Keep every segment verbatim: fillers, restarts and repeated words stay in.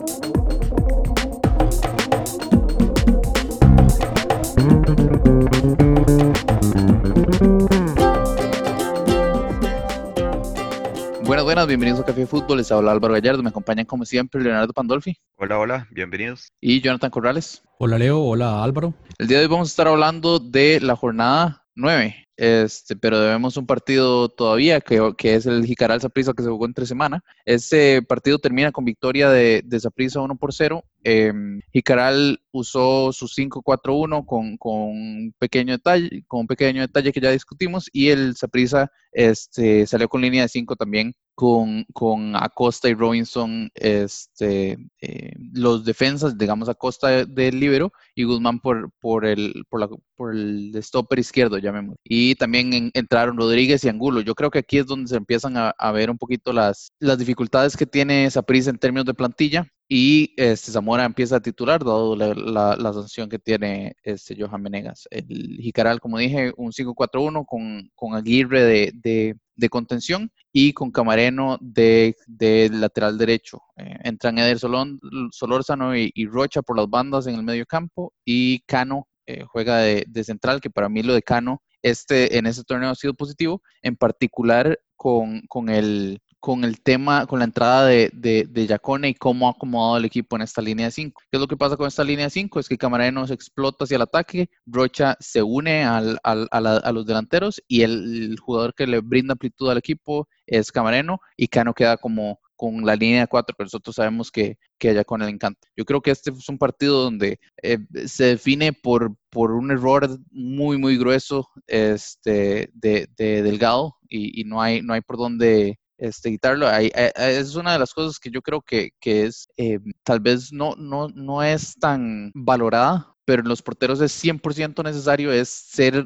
Buenas, buenas, bienvenidos a Café Fútbol, les habla Álvaro Gallardo, me acompañan como siempre Leonardo Pandolfi. Hola, hola, bienvenidos. Y Jonathan Corrales. Hola Leo, hola Álvaro. El día de hoy vamos a estar hablando de la jornada nueve, este, pero debemos un partido todavía que, que es el Jicaral Saprissa que se jugó entre semana. Este partido termina con victoria de, de Saprissa uno por cero. Eh, Jicaral usó su cinco cuatro uno con, con, un pequeño detalle, con un pequeño detalle que ya discutimos, y el Saprissa este, salió con línea de cinco también, con, con Acosta y Robinson, este, eh, los defensas, digamos Acosta del de líbero y Guzmán por, por, el, por, la, por el stopper izquierdo, llamémoslo. Y también en, entraron Rodríguez y Angulo. Yo creo que aquí es donde se empiezan a, a ver un poquito las, las dificultades que tiene Saprissa en términos de plantilla. Y este, Zamora empieza a titular, dado la, la, la sanción que tiene este, Johan Venegas. El Jicaral, como dije, un cinco cuatro uno con, con Aguirre de, de, de contención y con Camareno de, de lateral derecho. Eh, entran Eder Solón, Solórzano y, y Rocha por las bandas en el medio campo, y Cano eh, juega de, de central, que para mí lo de Cano este, en este torneo ha sido positivo, en particular con, con el... con el tema, con la entrada de, de, de Yacone y cómo ha acomodado el equipo en esta línea de cinco. ¿Qué es lo que pasa con esta línea de cinco? Es que Camareno se explota hacia el ataque, Rocha se une al, al, a, la, a los delanteros, y el, el jugador que le brinda amplitud al equipo es Camareno, y Cano queda como con la línea de cuatro, pero nosotros sabemos que, que a Yacone le encanta. Yo creo que este es un partido donde eh, se define por, por un error muy, muy grueso este, de, de Delgado, y, y no, hay, no hay por dónde Este, quitarlo. Ahí, eh, es una de las cosas que yo creo que, que es, eh, tal vez no, no, no es tan valorada, pero en los porteros es cien por ciento necesario, es ser,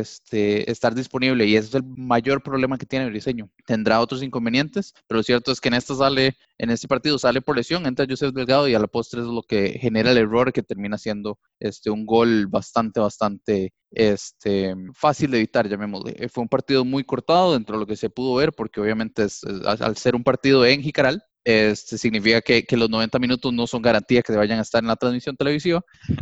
este, estar disponible, y ese es el mayor problema que tiene Briseño. Tendrá otros inconvenientes, pero lo cierto es que en esta sale, en este partido sale por lesión, entra Joseph Delgado, y a la postre es lo que genera el error que termina siendo este, un gol bastante, bastante este, fácil de evitar, llamémosle. Fue un partido muy cortado dentro de lo que se pudo ver, porque obviamente es, es, al ser un partido en Jicaral, este, significa que, que los noventa minutos no son garantía que se vayan a estar en la transmisión televisiva.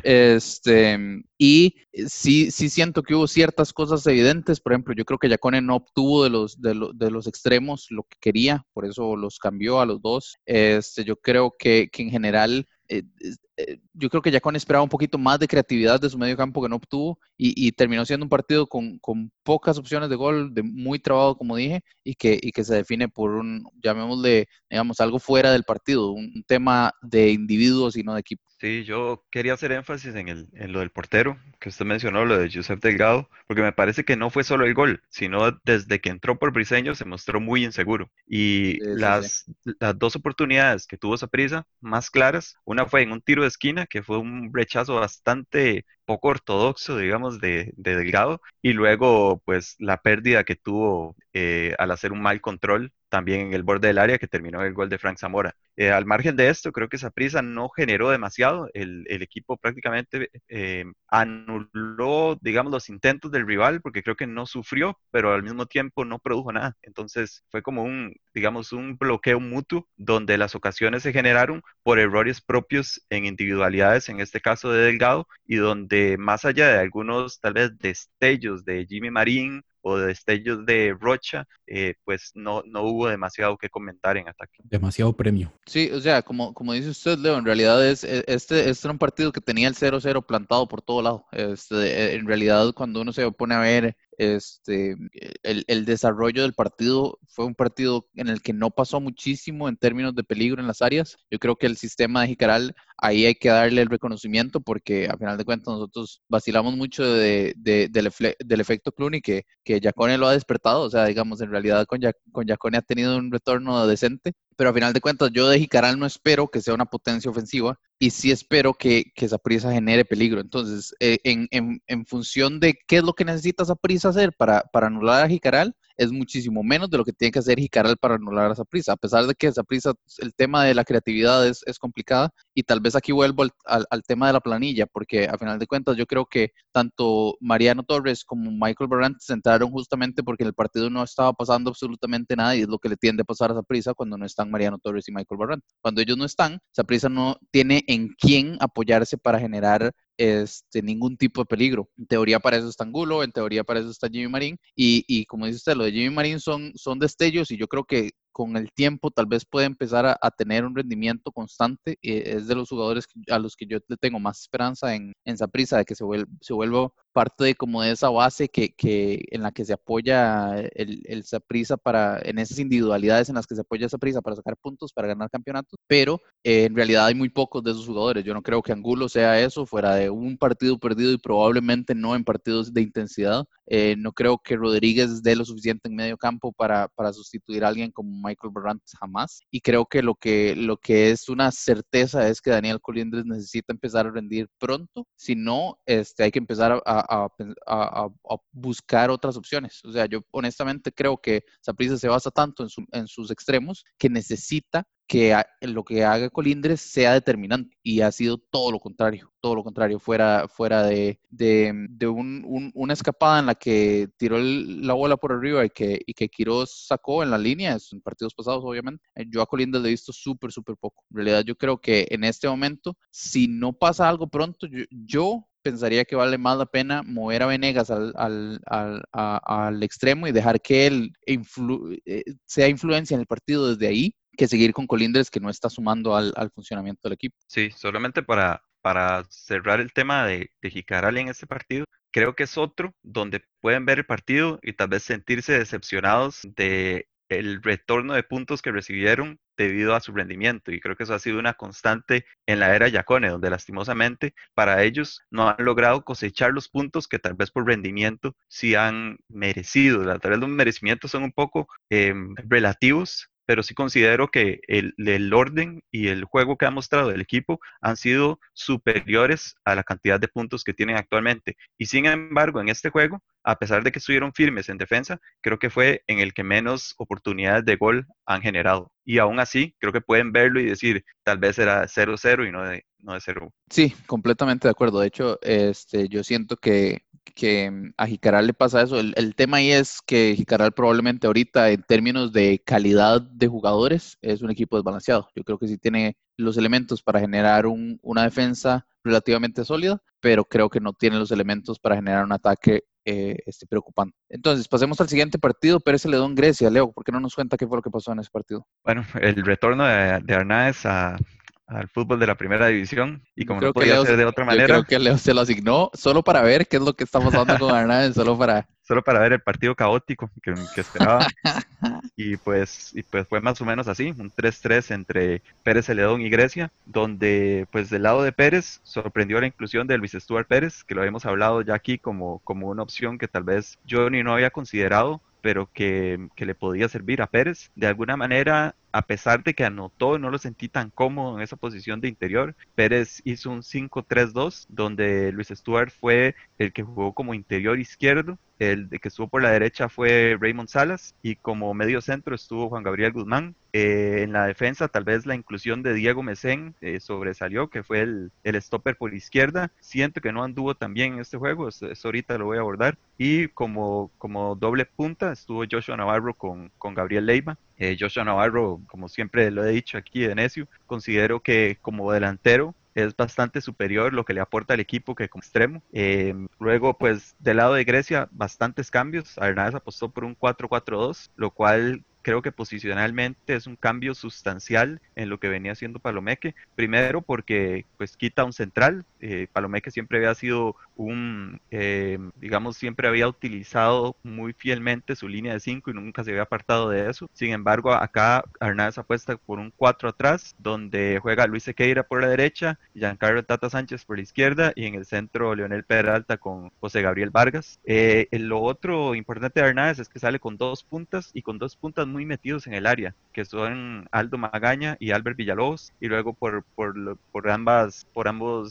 Este, y sí, sí siento que hubo ciertas cosas evidentes. Por ejemplo, yo creo que Yacone no obtuvo de los, de, lo, de los extremos lo que quería, por eso los cambió a los dos. Este, yo creo que, que en general... Eh, eh, yo creo que Yacone esperaba un poquito más de creatividad de su medio campo, que no obtuvo, y, y terminó siendo un partido con, con pocas opciones de gol, de muy trabado, como dije, y que, y que se define por un, llamémosle, digamos, algo fuera del partido, un, un tema de individuos y no de equipo. Sí, yo quería hacer énfasis en, el, en lo del portero, que usted mencionó, lo de Joseph Delgado, porque me parece que no fue solo el gol, sino desde que entró por Briseño se mostró muy inseguro. Y Sí, sí, sí. las, las dos oportunidades que tuvo Saprissa más claras, una fue en un tiro de esquina, que fue un rechazo bastante poco ortodoxo, digamos, de, de Delgado, y luego, pues, la pérdida que tuvo eh, al hacer un mal control también en el borde del área, que terminó en el gol de Frank Zamora. Eh, al margen de esto, creo que Saprissa no generó demasiado. El, el equipo prácticamente eh, anuló, digamos, los intentos del rival, porque creo que no sufrió, pero al mismo tiempo no produjo nada. Entonces fue como un, digamos, un bloqueo mutuo, donde las ocasiones se generaron por errores propios en individualidades, en este caso de Delgado, y donde más allá de algunos tal vez destellos de Jimmy Marín o de destellos de Rocha, eh, pues no, no hubo demasiado que comentar en ataque. Demasiado premio. Sí, o sea, como, como dice usted, Leo, en realidad es, e- este, este era un partido que tenía el cero cero plantado por todo lado. Este, e- en realidad, cuando uno se pone a ver este, el, el desarrollo del partido, fue un partido en el que no pasó muchísimo en términos de peligro en las áreas. Yo creo que el sistema de Jicaral, ahí hay que darle el reconocimiento, porque a final de cuentas nosotros vacilamos mucho de, de- del, efle- del efecto Clooney, que, que Yacone lo ha despertado. O sea, digamos, en realidad con, Ya- con Yacone ha tenido un retorno decente, pero a final de cuentas yo de Jicaral no espero que sea una potencia ofensiva, y sí espero que, que Saprissa genere peligro. Entonces, eh, en, en, en función de qué es lo que necesita Saprissa hacer para, para anular a Jicaral, es muchísimo menos de lo que tiene que hacer Jicaral para anular a Saprissa, a pesar de que Saprissa, el tema de la creatividad es, es complicada, y tal vez aquí vuelvo al, al, al tema de la planilla, porque a final de cuentas yo creo que tanto Mariano Torres como Michael Barrantes entraron justamente porque en el partido no estaba pasando absolutamente nada, y es lo que le tiende a pasar a Saprissa cuando no están Mariano Torres y Michael Barrantes. Cuando ellos no están, Saprissa no tiene en quién apoyarse para generar este, ningún tipo de peligro. En teoría para eso está Angulo, en teoría para eso está Jimmy Marín, y, y como dice usted, lo de Jimmy Marín son, son destellos, y yo creo que con el tiempo tal vez puede empezar a, a tener un rendimiento constante. Eh, es de los jugadores que, a los que yo le tengo más esperanza en, en Saprissa, de que se, vuel, se vuelva parte de como de esa base que, que en la que se apoya el, el Saprissa para, en esas individualidades en las que se apoya Saprissa para sacar puntos, para ganar campeonatos, pero eh, en realidad hay muy pocos de esos jugadores. Yo no creo que Angulo sea eso, fuera de un partido perdido y probablemente no en partidos de intensidad. Eh, no creo que Rodríguez dé lo suficiente en medio campo para, para sustituir a alguien como Michael Barrantes, jamás. Y creo que lo, que lo que es una certeza es que Daniel Colindres necesita empezar a rendir pronto. Si no, este, hay que empezar a, a, a, a buscar otras opciones. O sea, yo honestamente creo que Saprissa se basa tanto en, su, en sus extremos que necesita que lo que haga Colindres sea determinante, y ha sido todo lo contrario, todo lo contrario, fuera, fuera de, de, de un, un, una escapada en la que tiró el, la bola por arriba y que, y que Quiroz sacó en la línea, en partidos pasados obviamente. Yo a Colindres le he visto súper, súper poco. En realidad yo creo que en este momento, si no pasa algo pronto, yo, yo pensaría que vale más la pena mover a Venegas al, al, al, a, al extremo y dejar que él influ, eh, sea influencia en el partido desde ahí, que seguir con Colindres, que no está sumando al, al funcionamiento del equipo. Sí, solamente para, para cerrar el tema de, de Jicaral en este partido, creo que es otro donde pueden ver el partido y tal vez sentirse decepcionados de el retorno de puntos que recibieron debido a su rendimiento, y creo que eso ha sido una constante en la era Yacone, donde lastimosamente para ellos no han logrado cosechar los puntos que tal vez por rendimiento sí han merecido. Tal vez los merecimientos son un poco eh, relativos, pero sí considero que el, el orden y el juego que ha mostrado el equipo han sido superiores a la cantidad de puntos que tienen actualmente. Y sin embargo, en este juego, a pesar de que estuvieron firmes en defensa, creo que fue en el que menos oportunidades de gol han generado. Y aún así, creo que pueden verlo y decir, tal vez era cero cero y no de, no de cero uno. Sí, completamente de acuerdo. De hecho, este, yo siento que, que a Jicaral le pasa eso. El, el tema ahí es que Jicaral probablemente ahorita, en términos de calidad de jugadores, es un equipo desbalanceado. Yo creo que sí tiene los elementos para generar un, una defensa relativamente sólida, pero creo que no tiene los elementos para generar un ataque eh, este, preocupante. Entonces, pasemos al siguiente partido, Pérez Celedón Grecia. Leo, ¿por qué no nos cuenta qué fue lo que pasó en ese partido? Bueno, el retorno de, de Arnáez a, al fútbol de la primera división, y Yo como no creo que podía Leo, ser de otra yo creo manera, que Leo se lo asignó solo para ver qué es lo que está pasando con Hernández, solo para... solo para ver el partido caótico que, que esperaba. Y pues, y pues fue más o menos así, un tres tres entre Pérez Celedón y Grecia, donde pues del lado de Pérez sorprendió la inclusión de Luis Stuart Pérez, que lo habíamos hablado ya aquí como, como una opción que tal vez yo ni no había considerado, pero que, que le podía servir a Pérez. De alguna manera, a pesar de que anotó, no lo sentí tan cómodo en esa posición de interior. Pérez hizo un cinco tres dos, donde Luis Stuart fue el que jugó como interior izquierdo, el de que estuvo por la derecha fue Raymond Salas, y como medio centro estuvo Juan Gabriel Guzmán. Eh, en la defensa, tal vez la inclusión de Diego Mesén eh, sobresalió, que fue el, el stopper por izquierda. Siento que no anduvo tan bien en este juego, eso, eso ahorita lo voy a abordar. Y como, como doble punta estuvo Joshua Navarro con, con Gabriel Leiva. Eh, Joshua Navarro, como siempre lo he dicho aquí de necio, considero que como delantero es bastante superior lo que le aporta al equipo que como extremo. Eh, luego, pues, del lado de Grecia, bastantes cambios. Hernández apostó por un cuatro cuatro dos, lo cual creo que posicionalmente es un cambio sustancial en lo que venía haciendo Palomeque. Primero porque pues quita un central. Eh, Palomeque siempre había sido un, eh, digamos, siempre había utilizado muy fielmente su línea de cinco y nunca se había apartado de eso. Sin embargo, acá Hernández apuesta por un cuatro atrás, donde juega Luis Sequeira por la derecha, Giancarlo Tata Sánchez por la izquierda, y en el centro Leonel Peralta con José Gabriel Vargas. Eh, lo otro importante de Hernández es que sale con dos puntas, y con dos puntas muy metidos en el área, que son Aldo Magaña y Albert Villalobos, y luego por, por, por, ambas, por ambos lados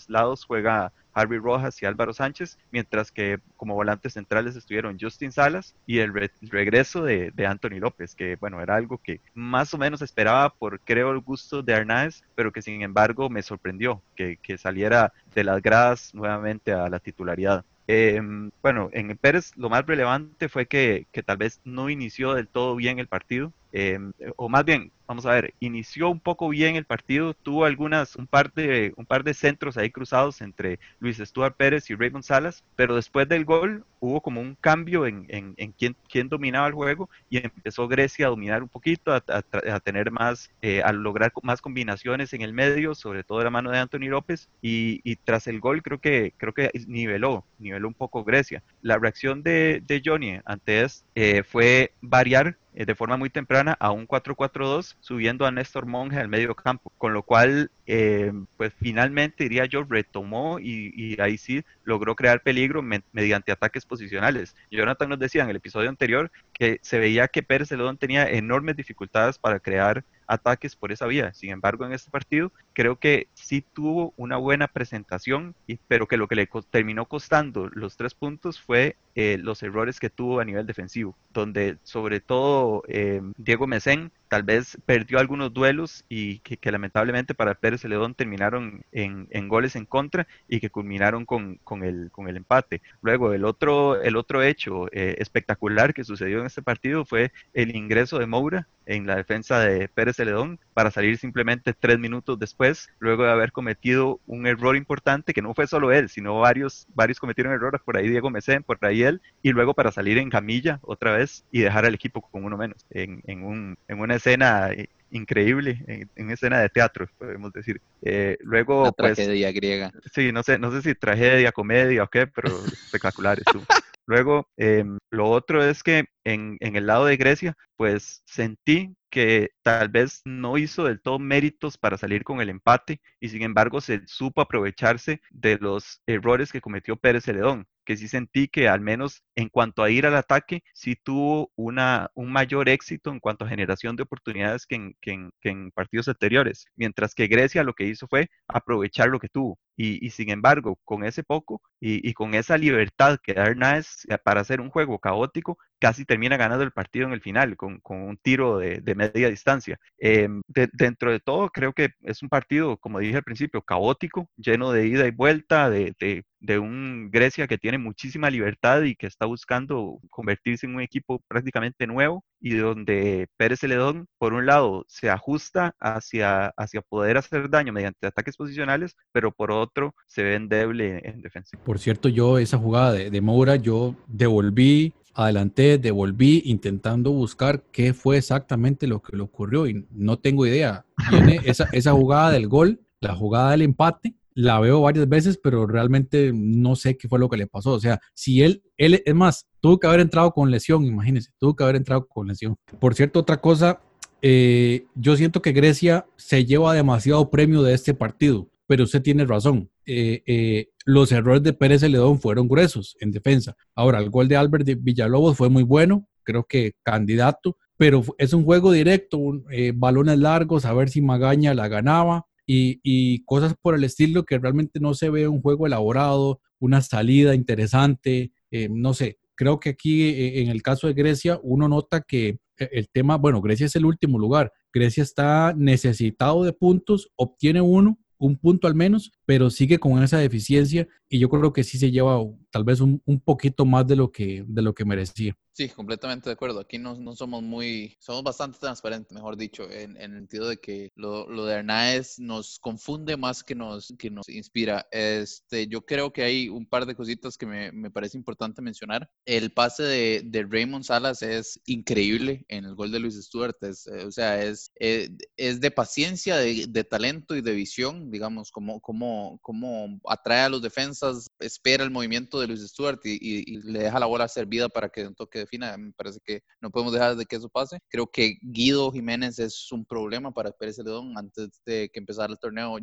extremos juega Harvey Rojas y Álvaro Sánchez, mientras que como volantes centrales estuvieron Justin Salas y el re regreso de, de Anthony López, que bueno, era algo que más o menos esperaba por, creo, el gusto de Arnaez, pero que sin embargo me sorprendió que, que saliera de las gradas nuevamente a la titularidad. Eh, bueno, en Pérez lo más relevante fue que, que tal vez no inició del todo bien el partido, eh, o más bien, vamos a ver, inició un poco bien el partido, tuvo algunas, un par de, un par de centros ahí cruzados entre Luis Stuart Pérez y Raymond Salas, pero después del gol hubo como un cambio en, en, en quién, quién dominaba el juego y empezó Grecia a dominar un poquito, a, a, a tener más, eh, a lograr más combinaciones en el medio, sobre todo de la mano de Anthony López, y, y tras el gol creo que, creo que niveló, niveló un poco Grecia. La reacción de, de Johnny ante esto eh, fue variar eh, de forma muy temprana a un cuatro cuatro dos, subiendo a Néstor Monge al medio campo, con lo cual, eh, pues finalmente, diría yo, retomó y, y ahí sí logró crear peligro me, mediante ataques posicionales. Jonathan nos decía en el episodio anterior que se veía que Pérez Celedón tenía enormes dificultades para crear ataques por esa vía. Sin embargo, en este partido creo que sí tuvo una buena presentación, y, pero que lo que le co terminó costando los tres puntos fue eh, los errores que tuvo a nivel defensivo, donde sobre todo eh, Diego Mesén tal vez perdió algunos duelos y que, que lamentablemente para Pérez Celedón terminaron en, en goles en contra y que culminaron con, con, el, con el empate. Luego, el otro, el otro hecho eh, espectacular que sucedió en este partido fue el ingreso de Moura en la defensa de Pérez Celedón para salir simplemente tres minutos después, luego de haber cometido un error importante, que no fue solo él, sino varios, varios cometieron errores, por ahí Diego Mesén, por ahí él, y luego para salir en camilla otra vez y dejar al equipo con uno menos, en, en, un, en una escena increíble, en, en escena de teatro, podemos decir. Eh, luego, Una pues, tragedia griega. Sí, no sé, no sé si tragedia, comedia o qué, pero espectacular estuvo. Luego, eh, lo otro es que en, en el lado de Grecia, pues sentí que tal vez no hizo del todo méritos para salir con el empate y sin embargo se supo aprovecharse de los errores que cometió Pérez Celedón, que sí sentí que al menos en cuanto a ir al ataque, sí tuvo una, un mayor éxito en cuanto a generación de oportunidades que en, que en, que en partidos anteriores, mientras que Grecia lo que hizo fue aprovechar lo que tuvo. Y, y sin embargo, con ese poco y, y con esa libertad que da Hernández para hacer un juego caótico, casi termina ganando el partido en el final con, con un tiro de, de media distancia. Eh, de, dentro de todo, creo que es un partido, como dije al principio, caótico, lleno de ida y vuelta, de, de, de un Grecia que tiene muchísima libertad y que está buscando convertirse en un equipo prácticamente nuevo, y donde Pérez Celedón, por un lado, se ajusta hacia, hacia poder hacer daño mediante ataques posicionales, pero por otro, se ve endeble en defensa. Por cierto, yo esa jugada de, de Moura, yo devolví, adelanté, devolví, intentando buscar qué fue exactamente lo que le ocurrió y no tengo idea. Viene esa, esa jugada del gol, la jugada del empate, la veo varias veces, pero realmente no sé qué fue lo que le pasó. O sea, si él, él, es más, tuvo que haber entrado con lesión, imagínense, tuvo que haber entrado con lesión. Por cierto, otra cosa, eh, yo siento que Grecia se lleva demasiado premio de este partido, pero usted tiene razón. Eh, eh, los errores de Pérez Celedón fueron gruesos en defensa. Ahora, el gol de Albert de Villalobos fue muy bueno, creo que candidato, pero es un juego directo, eh, balones largos, a ver si Magaña la ganaba. Y, y cosas por el estilo que realmente no se ve un juego elaborado, una salida interesante, eh, no sé, creo que aquí eh, en el caso de Grecia uno nota que el tema, bueno, Grecia es el último lugar, Grecia está necesitado de puntos, obtiene uno, un punto al menos, pero sigue con esa deficiencia y yo creo que sí se lleva tal vez un, un poquito más de lo que, de lo que merecía. Sí, completamente de acuerdo. Aquí no, no somos muy, somos bastante transparentes, mejor dicho, en, en el sentido de que lo, lo de Hernández nos confunde más que nos, que nos inspira. Este, yo creo que hay un par de cositas que me, me parece importante mencionar. El pase de, de Raymond Salas es increíble en el gol de Luis Stuart. Es, eh, o sea, es, eh, es de paciencia, de, de talento y de visión, digamos, como, como, como atrae a los defensas, espera el movimiento de Luis Stuart y, y, y le deja la bola servida para que un toque defina. Me parece que no podemos dejar de que eso pase. Creo que Guido Jiménez es un problema para Pérez Celedón. Antes de que empezara el torneo, yo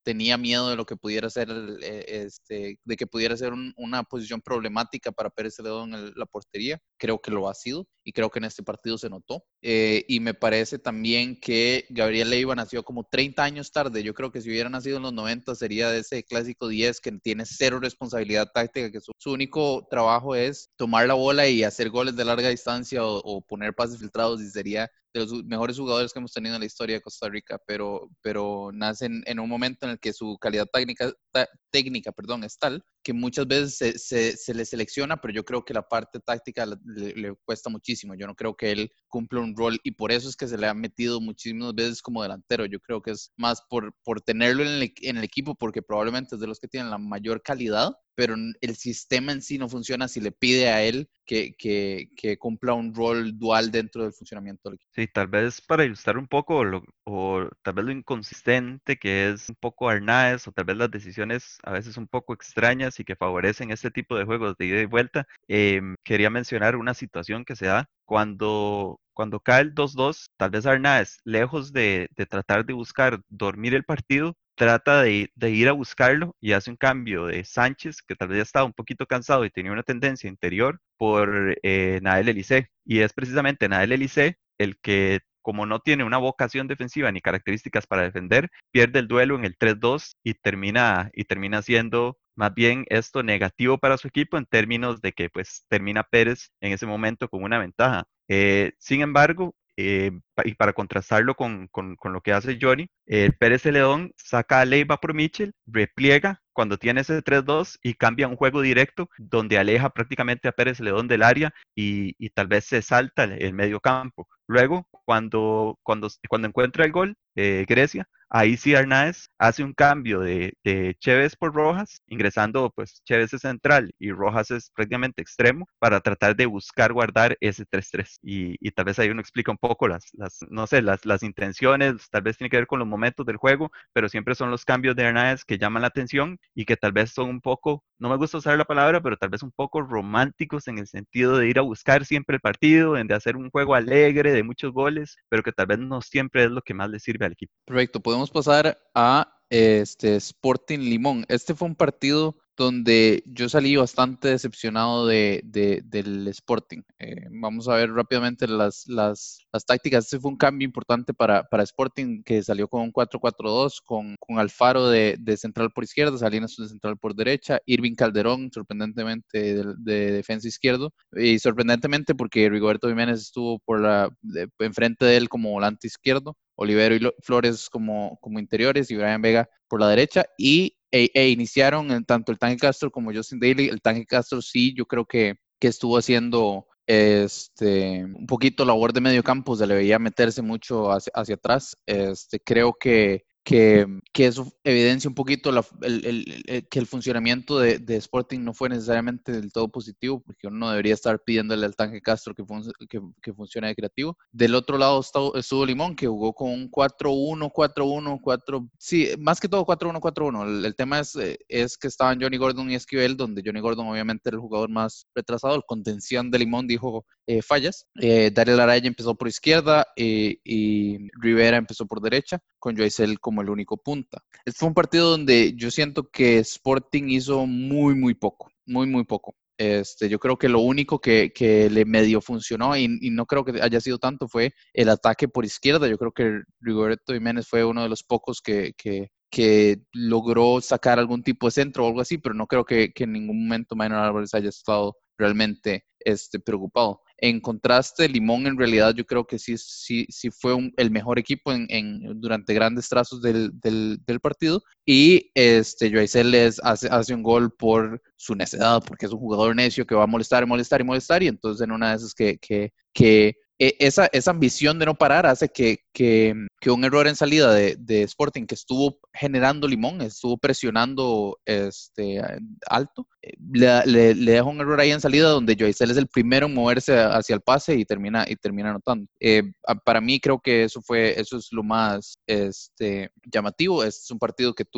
tenía miedo de lo que pudiera ser, eh, este, de que pudiera ser un, una posición problemática para Pérez Celedón en el, la portería. Creo que lo ha sido y creo que en este partido se notó. Eh, y me parece también que Gabriel Leiva nació como treinta años tarde. Yo creo que si hubiera nacido en los noventa sería de ese clásico diez que tiene cero responsabilidad táctica, que su, su único trabajo es tomar la bola y hacer goles de larga distancia o, o poner pases filtrados, y sería de los mejores jugadores que hemos tenido en la historia de Costa Rica, pero, pero nace en, en un momento en el que su calidad técnica, ta, técnica perdón, es tal que muchas veces se, se, se le selecciona, pero yo creo que la parte táctica le, le cuesta muchísimo. Yo no creo que él cumpla un rol y por eso es que se le ha metido muchísimas veces como delantero. Yo creo que es más por, por tenerlo en el, en el equipo, porque probablemente es de los que tienen la mayor calidad, pero el sistema en sí no funciona si le pide a él que, que, que cumpla un rol dual dentro del funcionamiento del equipo. Sí, tal vez para ilustrar un poco lo, o tal vez lo inconsistente que es un poco Arnaez, o tal vez las decisiones a veces un poco extrañas y que favorecen este tipo de juegos de ida y vuelta, eh, quería mencionar una situación que se da cuando, cuando cae el dos dos, tal vez Arnaez, lejos de, de tratar de buscar dormir el partido, trata de, de ir a buscarlo y hace un cambio de Sánchez, que tal vez ya estaba un poquito cansado y tenía una tendencia interior, por eh, Nael Elise. Y es precisamente Nael Elise el que, como no tiene una vocación defensiva ni características para defender, pierde el duelo en el tres dos y termina, y termina siendo más bien esto negativo para su equipo en términos de que pues termina Pérez en ese momento con una ventaja. Eh, sin embargo, eh, y para contrastarlo con, con, con lo que hace Johnny, eh, Pérez Celedón saca a Leiva por Mitchell, repliega cuando tiene ese tres dos y cambia un juego directo donde aleja prácticamente a Pérez Celedón del área y, y tal vez se salta el, el medio campo. Luego, cuando, cuando, cuando encuentra el gol, eh, Grecia, ahí sí Arnaez hace un cambio de, de Chévez por Rojas, ingresando pues Chévez es central y Rojas es prácticamente extremo para tratar de buscar guardar ese tres tres. Y, y tal vez ahí uno explica un poco las, las no sé, las, las intenciones, tal vez tiene que ver con los momentos del juego, pero siempre son los cambios de Arnaez que llaman la atención y que tal vez son un poco, no me gusta usar la palabra, pero tal vez un poco románticos en el sentido de ir a buscar siempre el partido, de hacer un juego alegre, de muchos goles, pero que tal vez no siempre es lo que más le sirve al equipo. Perfecto, podemos pasar a este Sporting Limón. Este fue un partido donde yo salí bastante decepcionado de, de, del Sporting. Eh, vamos a ver rápidamente las, las, las tácticas. Este fue un cambio importante para, para Sporting, que salió con un cuatro cuatro dos, con, con Alfaro de, de central por izquierda, Salinas de central por derecha, Irving Calderón, sorprendentemente, de, de defensa izquierdo, y sorprendentemente porque Rigoberto Jiménez estuvo por la, de, enfrente de él como volante izquierdo, Olivero y Flores como, como interiores y Brian Vega por la derecha, y e, e iniciaron en tanto el Tanque Castro como Justin Daly. El Tanque Castro sí, yo creo que, que estuvo haciendo este, un poquito labor de medio campo, se le veía meterse mucho hacia, hacia atrás. Este, creo que Que, que eso evidencia un poquito la, el, el, el, que el funcionamiento de, de Sporting no fue necesariamente del todo positivo, porque uno no debería estar pidiéndole al Tanque Castro que, fun, que, que funcione de creativo. Del otro lado estuvo, estuvo Limón, que jugó con un cuatro uno, cuatro uno, cuatro, sí, más que todo cuatro uno, cuatro uno. El, el tema es, es que estaban Johnny Gordon y Esquivel, donde Johnny Gordon obviamente era el jugador más retrasado. El contención de Limón dijo eh, fallas. Eh, Daryl Araya empezó por izquierda eh, y Rivera empezó por derecha, con Joycel como el único punta. Este fue un partido donde yo siento que Sporting hizo muy, muy poco, muy, muy poco. Este, yo creo que lo único que, que le medio funcionó, y, y no creo que haya sido tanto, fue el ataque por izquierda. Yo creo que Rigoberto Jiménez fue uno de los pocos que, que, que logró sacar algún tipo de centro o algo así, pero no creo que, que en ningún momento Minor Álvarez haya estado realmente este, preocupado. En contraste, Limón en realidad yo creo que sí, sí, sí fue un, el mejor equipo en, en, durante grandes trazos del, del, del partido, y este, Joycel les hace, hace un gol por su necedad, porque es un jugador necio que va a molestar y molestar y molestar, y entonces en una de esas que, que, que esa, esa ambición de no parar hace que, que, que un error en salida de, de Sporting que estuvo generando Limón, estuvo presionando este, alto, le, le, le deja un error ahí en salida donde Joycel es el primero en moverse hacia el pase y termina, y termina anotando. Eh, para mí creo que eso fue, eso es lo más este, llamativo. Este es un partido que tuvo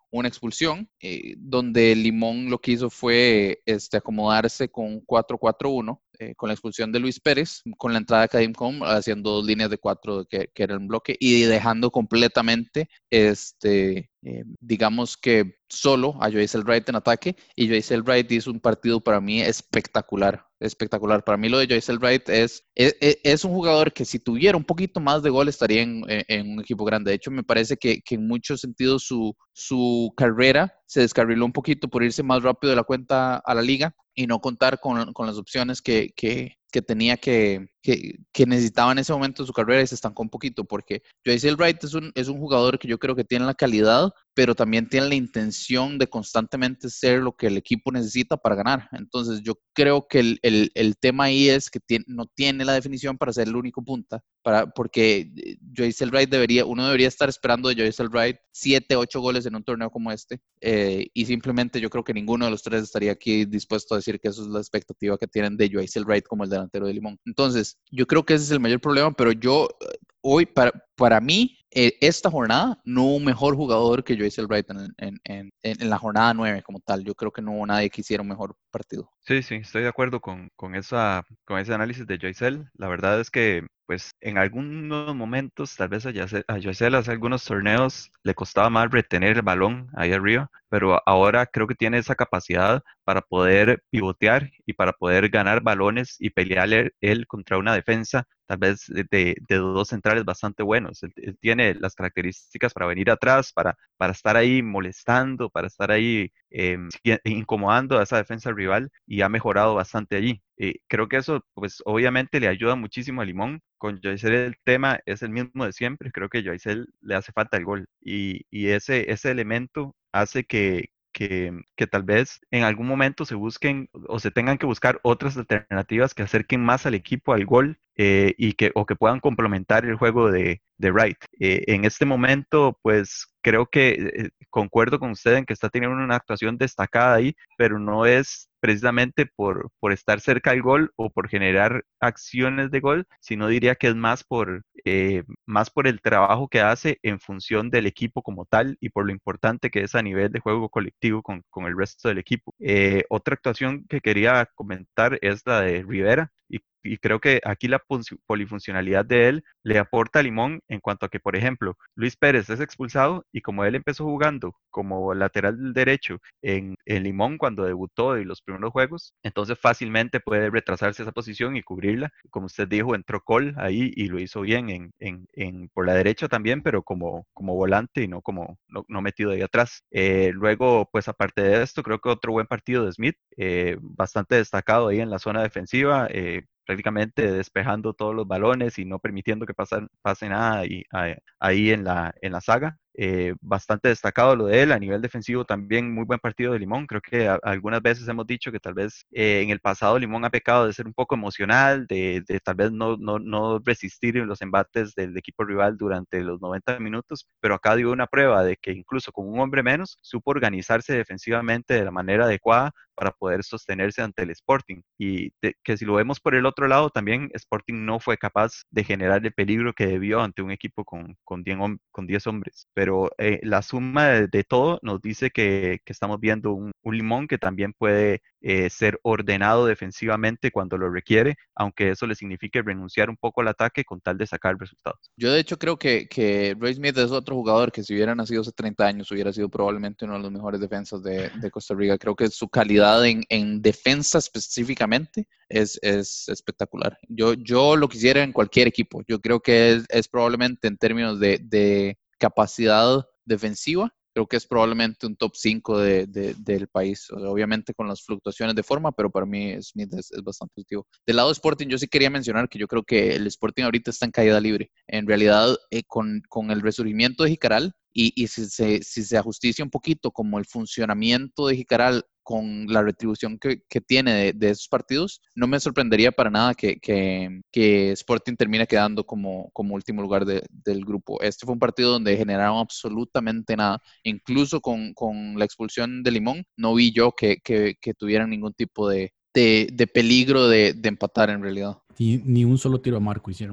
una expulsión, eh, donde Limón lo que hizo fue este, acomodarse con cuatro cuatro uno, eh, con la expulsión de Luis Pérez, con la entrada de Kadim Com, haciendo dos líneas de cuatro que, que era el bloque, y dejando completamente, este, eh, digamos que solo a Joyce Wright en ataque, y Joyce Wright hizo un partido para mí espectacular, espectacular. Para mí lo de Joyce Wright es, es, es un jugador que si tuviera un poquito más de gol estaría en, en un equipo grande. De hecho, me parece que, que en muchos sentidos su, su carrera se descarriló un poquito por irse más rápido de la cuenta a la liga y no contar con, con las opciones que, que, que tenía que, que, que necesitaba en ese momento de su carrera, y se estancó un poquito, porque Joyce Wright es un, es un jugador que yo creo que tiene la calidad, pero también tiene la intención de constantemente ser lo que el equipo necesita para ganar. Entonces yo creo que el, el, el tema ahí es que tiene, no tiene la definición para ser el único punta, para, porque Joyce Wright debería, uno debería estar esperando de Joyce Wright siete, ocho goles en un torneo como este, eh, y simplemente yo creo que ninguno de los tres estaría aquí dispuesto a decir que eso es la expectativa que tienen de Joyce Wright como el delantero de Limón. Entonces, yo creo que ese es el mayor problema, pero yo, hoy, para, para mí, eh, esta jornada, no hubo un mejor jugador que Joyce Wright en, en, en, en la jornada nueve como tal. Yo creo que no hubo nadie que hiciera un mejor partido. Sí, sí, estoy de acuerdo con, con, esa, con ese análisis de Joycel. La verdad es que, pues, en algunos momentos, tal vez a Joycel, a Joycel hace algunos torneos le costaba más retener el balón ahí arriba, pero ahora creo que tiene esa capacidad para poder pivotear y para poder ganar balones y pelear él, él contra una defensa, tal vez de, de, de dos centrales bastante buenos. Él, él tiene las características para venir atrás, para, para estar ahí molestando, para estar ahí eh, incomodando a esa defensa rival, y ha mejorado bastante allí. Eh, creo que eso, pues obviamente le ayuda muchísimo a Limón. Con Joycel el tema es el mismo de siempre. Creo que a Joycel le hace falta el gol, y, y ese, ese elemento hace que, que, que tal vez en algún momento se busquen o se tengan que buscar otras alternativas que acerquen más al equipo al gol, eh, y que, o que puedan complementar el juego de, de Wright. Eh, en este momento, pues creo que eh, concuerdo con usted en que está teniendo una actuación destacada ahí, pero no es precisamente por, por estar cerca del gol o por generar acciones de gol, sino diría que es más por, eh, más por el trabajo que hace en función del equipo como tal, y por lo importante que es a nivel de juego colectivo con, con el resto del equipo. Eh, otra actuación que quería comentar es la de Rivera, y y creo que aquí la polifuncionalidad de él le aporta a Limón en cuanto a que, por ejemplo, Luis Pérez es expulsado, y como él empezó jugando como lateral derecho en, en Limón cuando debutó en los primeros juegos, entonces fácilmente puede retrasarse esa posición y cubrirla. Como usted dijo, entró Cole ahí y lo hizo bien en, en, en, por la derecha también, pero como, como volante y no, como, no, no metido ahí atrás. Eh, luego, pues aparte de esto, creo que otro buen partido de Smith, eh, bastante destacado ahí en la zona defensiva, eh, prácticamente despejando todos los balones y no permitiendo que pase, pase nada ahí, ahí en, la, en la saga. Eh, bastante destacado lo de él. A nivel defensivo también muy buen partido de Limón. Creo que a, algunas veces hemos dicho que tal vez eh, en el pasado Limón ha pecado de ser un poco emocional, de, de tal vez no, no, no resistir en los embates del equipo rival durante los noventa minutos, pero acá dio una prueba de que incluso con un hombre menos supo organizarse defensivamente de la manera adecuada para poder sostenerse ante el Sporting, y de, que si lo vemos por el otro lado, también Sporting no fue capaz de generar el peligro que debió ante un equipo con, con, diez, con diez hombres, pero eh, la suma de, de todo nos dice que, que estamos viendo un, un Limón que también puede eh, ser ordenado defensivamente cuando lo requiere, aunque eso le signifique renunciar un poco al ataque con tal de sacar resultados. Yo de hecho creo que, que Roy Smith es otro jugador que si hubiera nacido hace treinta años hubiera sido probablemente uno de los mejores defensas de, de Costa Rica. Creo que su calidad en, en defensa específicamente es, es espectacular. Yo, yo lo quisiera en cualquier equipo. Yo creo que es, es probablemente en términos de, de capacidad defensiva, creo que es probablemente un top cinco de, de, del país. O sea, obviamente con las fluctuaciones de forma, pero para mí Smith es, es bastante positivo. Del lado de Sporting, yo sí quería mencionar que yo creo que el Sporting ahorita está en caída libre. En realidad, eh, con, con el resurgimiento de Jicaral, y, y si, se, si se ajusticia un poquito como el funcionamiento de Jicaral con la retribución que, que tiene de, de esos partidos, no me sorprendería para nada que, que, que Sporting termine quedando como, como último lugar de, del grupo. Este fue un partido donde generaron absolutamente nada. Incluso con, con la expulsión de Limón, no vi yo que, que, que tuvieran ningún tipo de, de, de peligro de, de empatar en realidad. Ni, ni un solo tiro a marco hicieron en parte.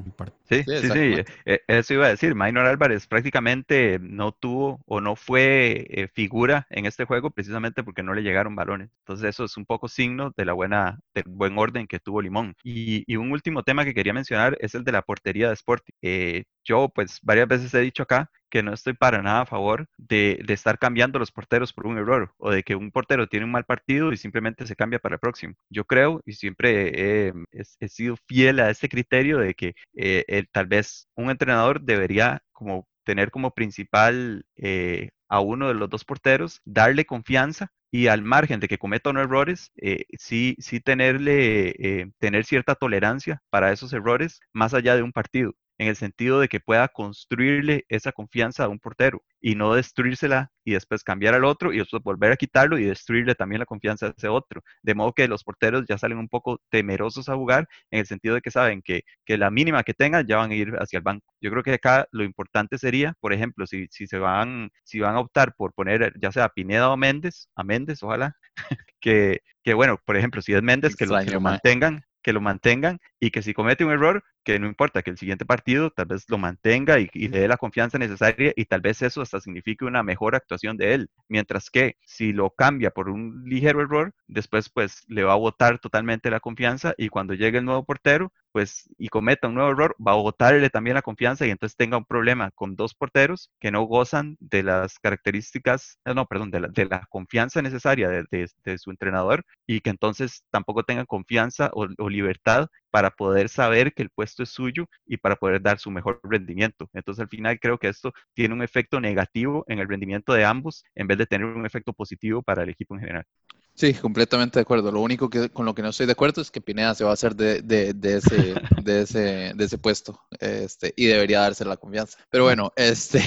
Sí, Sí, sí, sí, exactamente. eh, eso iba a decir. Maynor Álvarez prácticamente no tuvo o no fue eh, figura en este juego precisamente porque no le llegaron balones. Entonces eso es un poco signo de la buena, del buen orden que tuvo Limón. Y, y un último tema que quería mencionar es el de la portería de Sporting. Eh, yo pues varias veces he dicho acá que no estoy para nada a favor de, de estar cambiando los porteros por un error o de que un portero tiene un mal partido y simplemente se cambia para el próximo. Yo creo y siempre he, he- he sido fiel a este criterio de que eh, el- tal vez un entrenador debería como tener como principal eh, a uno de los dos porteros, darle confianza y al margen de que cometa o no errores, eh, sí, sí tenerle, eh, tener cierta tolerancia para esos errores más allá de un partido, en el sentido de que pueda construirle esa confianza a un portero y no destruírsela y después cambiar al otro y después volver a quitarlo y destruirle también la confianza a ese otro. De modo que los porteros ya salen un poco temerosos a jugar en el sentido de que saben que, que la mínima que tengan ya van a ir hacia el banco. Yo creo que acá lo importante sería, por ejemplo, si, si se van, si van a optar por poner ya sea a Pineda o Méndez, a Méndez, ojalá, que, que bueno, por ejemplo, si es Qué Méndez, que lo, que extraño, lo mae. mantengan, que lo mantengan y que si comete un error, que no importa, que el siguiente partido tal vez lo mantenga y, y le dé la confianza necesaria y tal vez eso hasta signifique una mejor actuación de él. Mientras que si lo cambia por un ligero error, después pues le va a botar totalmente la confianza y cuando llegue el nuevo portero, pues y cometa un nuevo error, va a botarle también la confianza y entonces tenga un problema con dos porteros que no gozan de las características, eh, no, perdón, de la, de la confianza necesaria de, de, de, su entrenador y que entonces tampoco tengan confianza o, o libertad para poder saber que el puesto es suyo y para poder dar su mejor rendimiento. Entonces, al final creo que esto tiene un efecto negativo en el rendimiento de ambos en vez de tener un efecto positivo para el equipo en general. Sí, completamente de acuerdo. Lo único que con lo que no estoy de acuerdo es que Pineda se va a hacer de, de, de ese, de ese, de ese puesto, este, y debería darse la confianza. Pero bueno, este,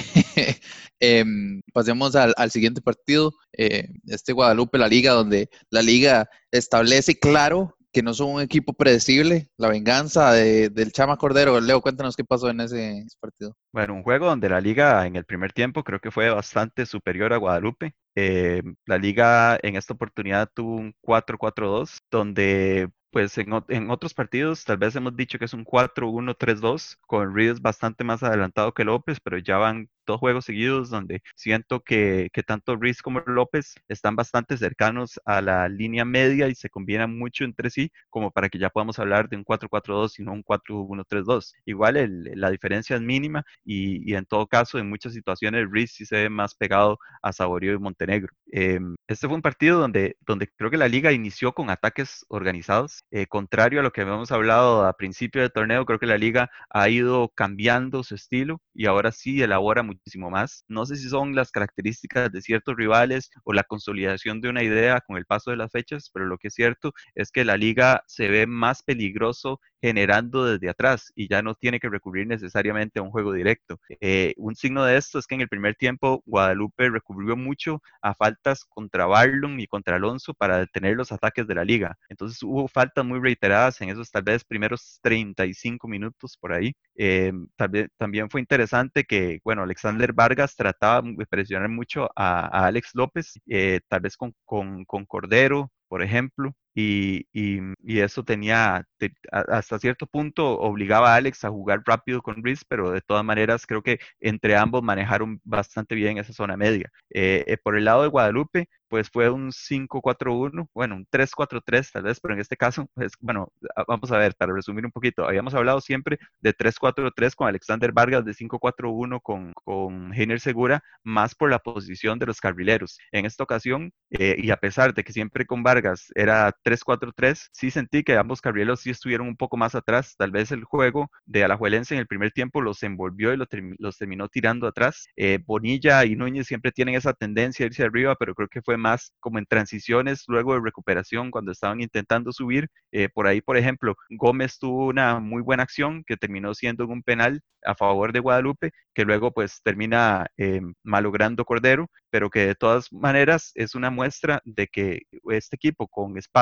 em, pasemos al, al siguiente partido, eh, este Guadalupe, la Liga, donde la Liga establece claro que no son un equipo predecible, la venganza de, del Chama Cordero. Leo, cuéntanos qué pasó en ese partido. Bueno, un juego donde la liga en el primer tiempo creo que fue bastante superior a Guadalupe. Eh, la liga en esta oportunidad tuvo un cuatro cuatro dos, donde pues en, o- en otros partidos tal vez hemos dicho que es un cuatro uno tres dos, con Reeves bastante más adelantado que López, pero ya van dos juegos seguidos donde siento que, que tanto Reeves como López están bastante cercanos a la línea media y se combinan mucho entre sí, como para que ya podamos hablar de un cuatro cuatro dos y no un cuatro uno tres dos. Igual el- la diferencia es mínima y, y en todo caso, en muchas situaciones, Reese sí se ve más pegado a Saborío y Montenegro. Eh, este fue un partido donde, donde creo que la liga inició con ataques organizados. Eh, contrario a lo que habíamos hablado a principio del torneo, creo que la liga ha ido cambiando su estilo y ahora sí elabora muchísimo más. No sé si son las características de ciertos rivales o la consolidación de una idea con el paso de las fechas, pero lo que es cierto es que la liga se ve más peligroso generando desde atrás y ya no tiene que recurrir necesariamente a un juego directo. Eh, un signo de esto es que en el primer tiempo Guadalupe recurrió mucho a faltas contra Barlon y contra Alonso para detener los ataques de la liga. Entonces hubo faltas muy reiteradas en esos tal vez primeros treinta y cinco minutos por ahí. Eh, tal vez, también fue interesante que, bueno, Alexander Vargas trataba de presionar mucho a, a Alex López, eh, tal vez con, con, con Cordero, por ejemplo, y, y, y eso tenía, te, a, hasta cierto punto obligaba a Alex a jugar rápido con Reese, pero de todas maneras creo que entre ambos manejaron bastante bien esa zona media. Eh, eh, por el lado de Guadalupe, pues fue un cinco cuatro uno, bueno, un tres cuatro tres tal vez, pero en este caso, pues bueno, vamos a ver, para resumir un poquito, habíamos hablado siempre de tres cuatro tres con Alexander Vargas, de cinco cuatro uno con, con Heiner Segura, más por la posición de los carrileros. En esta ocasión, eh, y a pesar de que siempre con Vargas era tres cuatro tres, sí sentí que ambos carrileros sí estuvieron un poco más atrás, tal vez el juego de Alajuelense en el primer tiempo los envolvió y los, term los terminó tirando atrás. Eh, Bonilla y Núñez siempre tienen esa tendencia a irse arriba, pero creo que fue más como en transiciones, luego de recuperación, cuando estaban intentando subir. Eh, por ahí, por ejemplo, Gómez tuvo una muy buena acción que terminó siendo un penal a favor de Guadalupe, que luego pues termina eh, malogrando Cordero, pero que de todas maneras es una muestra de que este equipo con espacio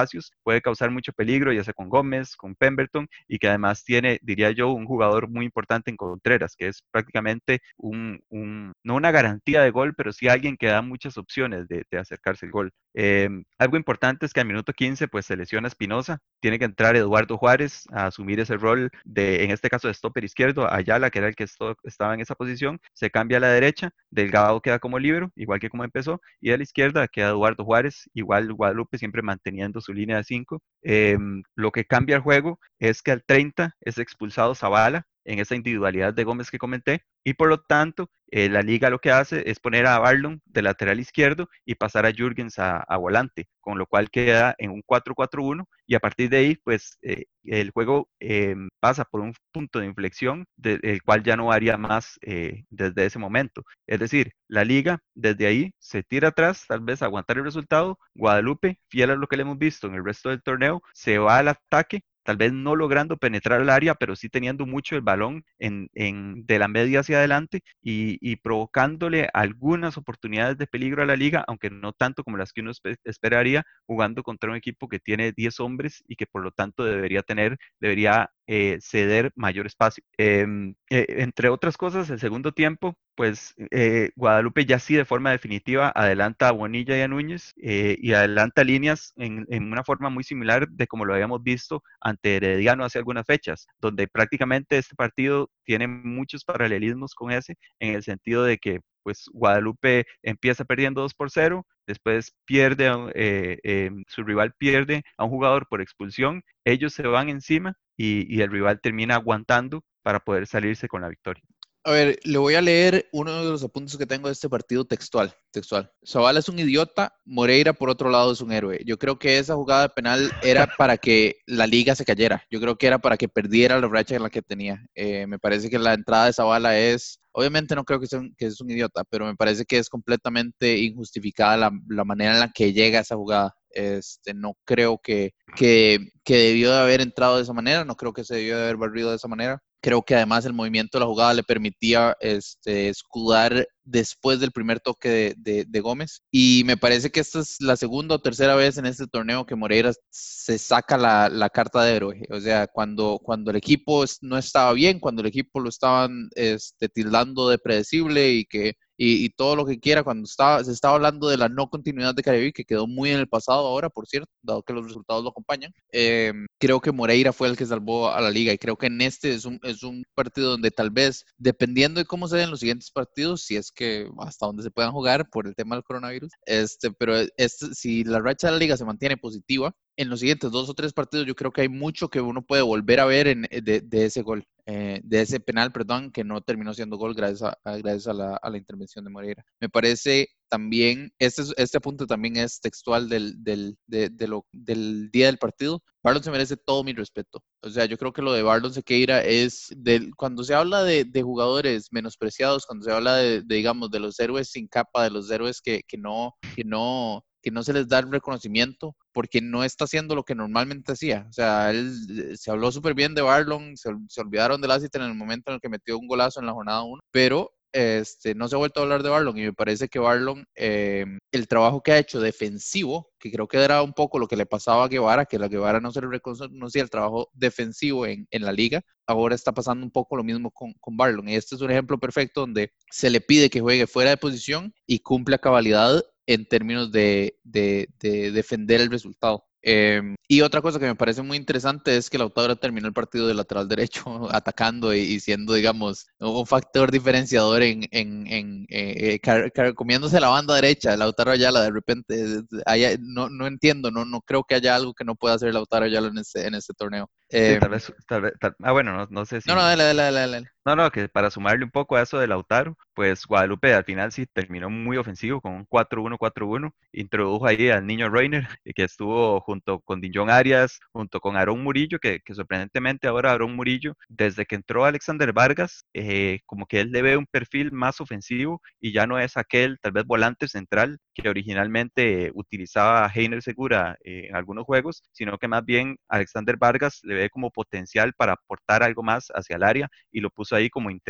espacios, puede causar mucho peligro, ya sea con Gómez, con Pemberton, y que además tiene, diría yo, un jugador muy importante en Contreras, que es prácticamente un, un no una garantía de gol, pero sí alguien que da muchas opciones de, de acercarse al gol. Eh, algo importante es que al minuto quince pues se lesiona Espinosa, tiene que entrar Eduardo Juárez a asumir ese rol de, en este caso de stopper izquierdo, Ayala, que era el que esto, estaba en esa posición, se cambia a la derecha, Delgado queda como libero, igual que como empezó, y a la izquierda queda Eduardo Juárez, igual Guadalupe siempre manteniendo su línea de cinco. Eh, lo que cambia el juego es que al treinta es expulsado Zavala en esa individualidad de Gómez que comenté, y por lo tanto eh, la liga lo que hace es poner a Barlon de lateral izquierdo y pasar a Jürgens a, a volante, con lo cual queda en un cuatro cuatro uno, y a partir de ahí pues eh, el juego eh, pasa por un punto de inflexión del de, cual ya no varía más eh, desde ese momento. Es decir, la liga desde ahí se tira atrás, tal vez a aguantar el resultado. Guadalupe, fiel a lo que le hemos visto en el resto del torneo, se va al ataque, tal vez no logrando penetrar al área, pero sí teniendo mucho el balón en, en, de la media hacia adelante y, y provocándole algunas oportunidades de peligro a la liga, aunque no tanto como las que uno esperaría, jugando contra un equipo que tiene diez hombres y que por lo tanto debería tener, debería eh, ceder mayor espacio. Eh, eh, entre otras cosas, el segundo tiempo, pues eh, Guadalupe ya sí de forma definitiva adelanta a Bonilla y a Núñez eh, y adelanta líneas en, en una forma muy similar de como lo habíamos visto ante Herediano hace algunas fechas, donde prácticamente este partido tiene muchos paralelismos con ese, en el sentido de que pues Guadalupe empieza perdiendo dos por cero, después pierde, eh, eh, su rival pierde a un jugador por expulsión, ellos se van encima y, y el rival termina aguantando para poder salirse con la victoria. A ver, le voy a leer uno de los apuntes que tengo de este partido textual. textual. Zavala es un idiota, Moreira por otro lado es un héroe. Yo creo que esa jugada de penal era para que la liga se cayera. Yo creo que era para que perdiera la racha en la que tenía. Eh, me parece que la entrada de Zavala es, obviamente no creo que, sea un, que es un idiota, pero me parece que es completamente injustificada la, la manera en la que llega esa jugada. Este, no creo que, que, que debió de haber entrado de esa manera, no creo que se debió de haber barrido de esa manera. Creo que además el movimiento de la jugada le permitía este, escudar después del primer toque de, de, de Gómez. Y me parece que esta es la segunda o tercera vez en este torneo que Moreira se saca la, la carta de héroe. O sea, cuando, cuando el equipo no estaba bien, cuando el equipo lo estaban este, tildando de predecible y que Y, y todo lo que quiera, cuando estaba, se estaba hablando de la no continuidad de Caribe, que quedó muy en el pasado ahora, por cierto, dado que los resultados lo acompañan, eh, creo que Moreira fue el que salvó a la liga, y creo que en este es un, es un partido donde tal vez, dependiendo de cómo se den los siguientes partidos, si es que hasta donde se puedan jugar por el tema del coronavirus, este, pero este, si la racha de la liga se mantiene positiva, en los siguientes dos o tres partidos yo creo que hay mucho que uno puede volver a ver en, de, de ese gol. Eh, de ese penal, perdón, que no terminó siendo gol gracias a, a gracias a la, a la intervención de Moreira. Me parece también, este, este punto también es textual del, del, de, de lo, del día del partido. Barlon se merece todo mi respeto. O sea, yo creo que lo de Barlon Sequeira es, del, cuando se habla de, de jugadores menospreciados, cuando se habla de, de, digamos, de los héroes sin capa, de los héroes que, que no, que no, que no se les da el reconocimiento porque no está haciendo lo que normalmente hacía. O sea, él se habló súper bien de Barlon, se, se olvidaron de Lassiter en el momento en el que metió un golazo en la jornada uno, pero este, no se ha vuelto a hablar de Barlon, y me parece que Barlon, eh, el trabajo que ha hecho defensivo, que creo que era un poco lo que le pasaba a Guevara, que a Guevara no se le reconocía el trabajo defensivo en, en la liga, ahora está pasando un poco lo mismo con, con Barlon, y este es un ejemplo perfecto donde se le pide que juegue fuera de posición y cumple a cabalidad en términos de, de, de defender el resultado. Eh, y otra cosa que me parece muy interesante es que Lautaro terminó el partido de lateral derecho atacando y, y siendo, digamos, un factor diferenciador en, en, en eh, car, car, comiéndose la banda derecha. Lautaro Ayala de repente, haya, no, no entiendo, no, no creo que haya algo que no pueda hacer Lautaro Ayala en este, en este torneo. Eh, sí, tal vez, tal vez, tal, ah, bueno, no, no sé si... No, no, dale, dale, dale, dale. No, no, que para sumarle un poco a eso de Lautaro, pues Guadalupe al final sí terminó muy ofensivo con un cuatro uno cuatro uno, introdujo ahí al niño Reiner, que estuvo junto con Dillon Arias, junto con Aarón Murillo, que, que sorprendentemente ahora Aarón Murillo, desde que entró Alexander Vargas, eh, como que él le ve un perfil más ofensivo y ya no es aquel tal vez volante central que originalmente eh, utilizaba Heiner Segura eh, en algunos juegos, sino que más bien Alexander Vargas le ve como potencial para aportar algo más hacia el área y lo puso ahí como interior.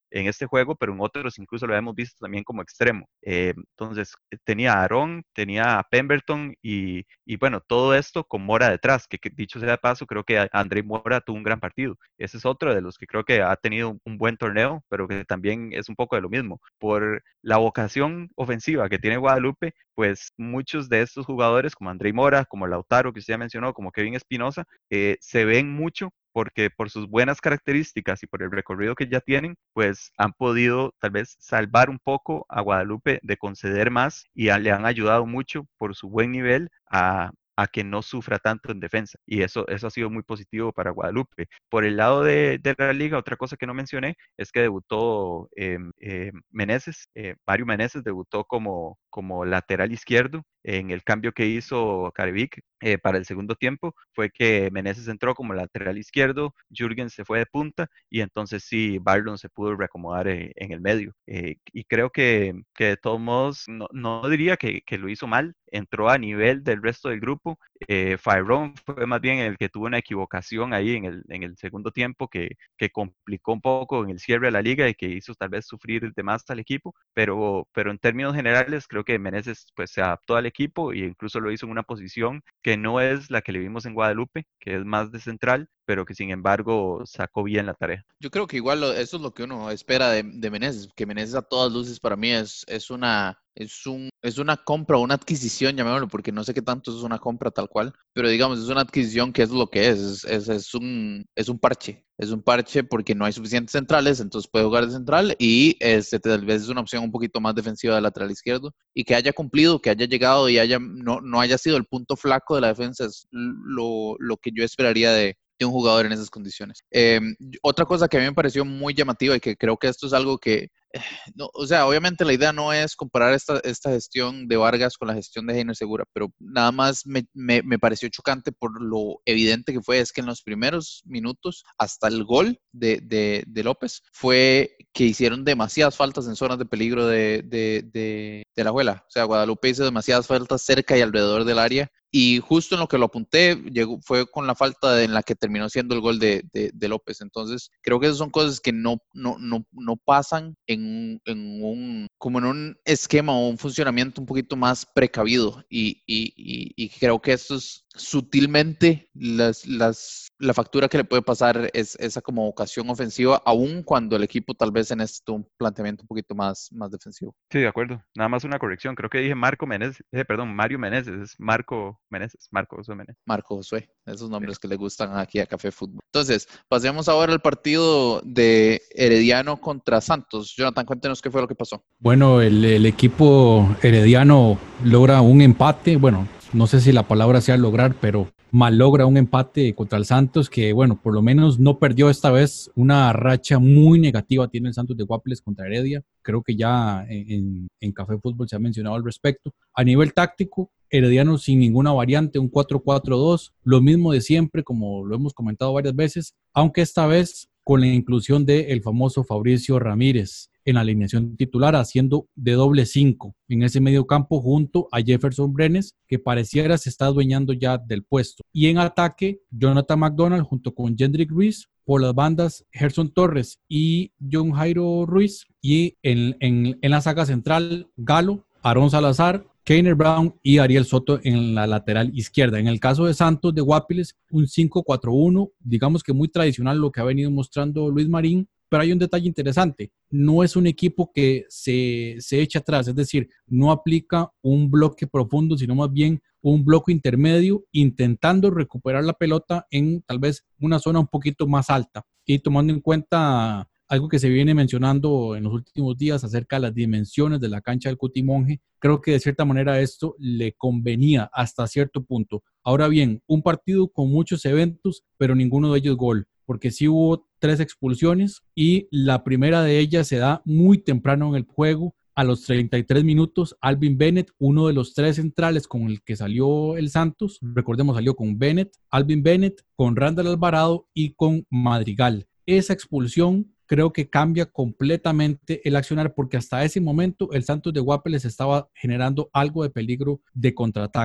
en este juego, pero en otros incluso lo hemos visto también como extremo. Eh, entonces, tenía a Aaron, tenía a Pemberton y, y bueno, todo esto con Mora detrás, que, que dicho sea de paso, creo que André Mora tuvo un gran partido. Ese es otro de los que creo que ha tenido un buen torneo, pero que también es un poco de lo mismo. Por la vocación ofensiva que tiene Guadalupe, pues muchos de estos jugadores, como André Mora, como Lautaro, que usted ya mencionó, como Kevin Espinosa, eh, se ven mucho porque por sus buenas características y por el recorrido que ya tienen, pues han podido tal vez salvar un poco a Guadalupe de conceder más y a, le han ayudado mucho por su buen nivel a, a que no sufra tanto en defensa. Y eso, eso ha sido muy positivo para Guadalupe. Por el lado de, de la liga, otra cosa que no mencioné es que debutó eh, eh, Meneses, eh, Mario Meneses debutó como, como lateral izquierdo. En el cambio que hizo Carevic eh, para el segundo tiempo fue que Meneses entró como lateral izquierdo, Jürgen se fue de punta y entonces sí, Barlon se pudo reacomodar eh, en el medio. Eh, y creo que, que de todos modos, no, no diría que, que lo hizo mal, entró a nivel del resto del grupo. Eh, Fyrone fue más bien el que tuvo una equivocación ahí en el, en el segundo tiempo que, que complicó un poco en el cierre de la liga y que hizo tal vez sufrir de más al equipo, pero, pero en términos generales creo que Meneses pues se adaptó al equipo e incluso lo hizo en una posición que no es la que le vimos en Guadalupe, que es más de central, pero que sin embargo sacó bien la tarea. Yo creo que igual lo, eso es lo que uno espera de, de Meneses, que Meneses a todas luces para mí es, es una es un es una compra o una adquisición, llamémoslo, porque no sé qué tanto es una compra tal cual, pero digamos, es una adquisición que es lo que es, es, es, es un, es un parche, es un parche porque no hay suficientes centrales, entonces puede jugar de central y este, tal vez es una opción un poquito más defensiva de lateral izquierdo y que haya cumplido, que haya llegado y haya, no, no haya sido el punto flaco de la defensa, es lo, lo que yo esperaría de, de un jugador en esas condiciones. Eh, otra cosa que a mí me pareció muy llamativa y que creo que esto es algo que, eh, no, o sea, obviamente la idea no es comparar esta, esta gestión de Vargas con la gestión de Heiner Segura, pero nada más me, me, me pareció chocante por lo evidente que fue, es que en los primeros minutos, hasta el gol de, de, de López, fue que hicieron demasiadas faltas en zonas de peligro de, de, de, de la Juela. O sea, Guadalupe hizo demasiadas faltas cerca y alrededor del área. Y justo en lo que lo apunté, llegó, fue con la falta de, en la que terminó siendo el gol de, de, de López. Entonces, creo que esas son cosas que no, no, no, no pasan en, en un, como en un esquema o un funcionamiento un poquito más precavido. Y, y, y, y creo que esto es sutilmente las, las, la factura que le puede pasar es esa como ocasión ofensiva, aun cuando el equipo tal vez en este un planteamiento un poquito más, más defensivo. Sí, de acuerdo. Nada más una corrección. Creo que dije Marco Meneses, eh, perdón, Mario Meneses, es Marco Meneses, Marco Josué Meneses. Marco Josué, esos nombres Sí. que le gustan aquí a Café Fútbol. Entonces, pasemos ahora al partido de Herediano contra Santos. Jonathan, cuéntenos qué fue lo que pasó. Bueno, el, el equipo herediano logra un empate, bueno, no sé si la palabra sea lograr, pero mal logra un empate contra el Santos que, bueno, por lo menos no perdió esta vez. Una racha muy negativa tiene el Santos de Guápiles contra Heredia. Creo que ya en, en Café Fútbol se ha mencionado al respecto. A nivel táctico, Herediano sin ninguna variante, un cuatro cuatro dos, lo mismo de siempre, como lo hemos comentado varias veces, aunque esta vez con la inclusión del famoso Fabricio Ramírez en la alineación titular, haciendo de doble cinco en ese medio campo junto a Jefferson Brenes, que pareciera se está adueñando ya del puesto. Y en ataque, Jonathan McDonald junto con Jendrick Ruiz, por las bandas Gerson Torres y John Jairo Ruiz, y en, en, en la saga central, Galo, Aarón Salazar, Keiner Brown y Ariel Soto en la lateral izquierda. En el caso de Santos de Guápiles, un cinco cuatro uno, digamos que muy tradicional lo que ha venido mostrando Luis Marín, pero hay un detalle interesante, no es un equipo que se, se echa atrás, es decir, no aplica un bloque profundo, sino más bien un bloque intermedio, intentando recuperar la pelota en tal vez una zona un poquito más alta, y tomando en cuenta algo que se viene mencionando en los últimos días acerca de las dimensiones de la cancha del Cutimonje, creo que de cierta manera esto le convenía hasta cierto punto. Ahora bien, un partido con muchos eventos, pero ninguno de ellos gol, porque sí hubo tres expulsiones y la primera de ellas se da muy temprano en el juego. A los treinta y tres minutos, Alvin Bennett, uno de los tres centrales con el que salió el Santos, recordemos salió con Bennett, Alvin Bennett, con Randall Alvarado y con Madrigal. Esa expulsión creo que cambia completamente el accionar, porque hasta ese momento el Santos de Guápiles estaba generando algo de peligro de contraataque.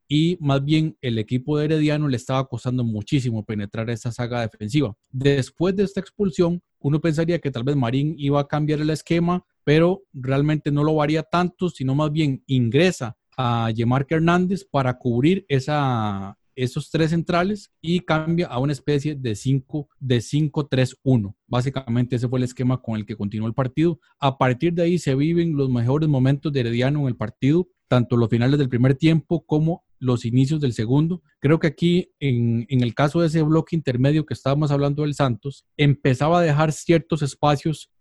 y más bien el equipo de Herediano le estaba costando muchísimo penetrar esa saga defensiva. Después de esta expulsión, uno pensaría que tal vez Marín iba a cambiar el esquema, pero realmente no lo varía tanto, sino más bien ingresa a Yemarque Hernández para cubrir esa, esos tres centrales y cambia a una especie de cinco de cinco tres uno. Básicamente ese fue el esquema con el que continuó el partido. A partir de ahí se viven los mejores momentos de Herediano en el partido, tanto los finales del primer tiempo como los inicios del segundo. Creo que aquí, en, en el caso de ese bloque intermedio que estábamos hablando del Santos, empezaba a dejar ciertos espacios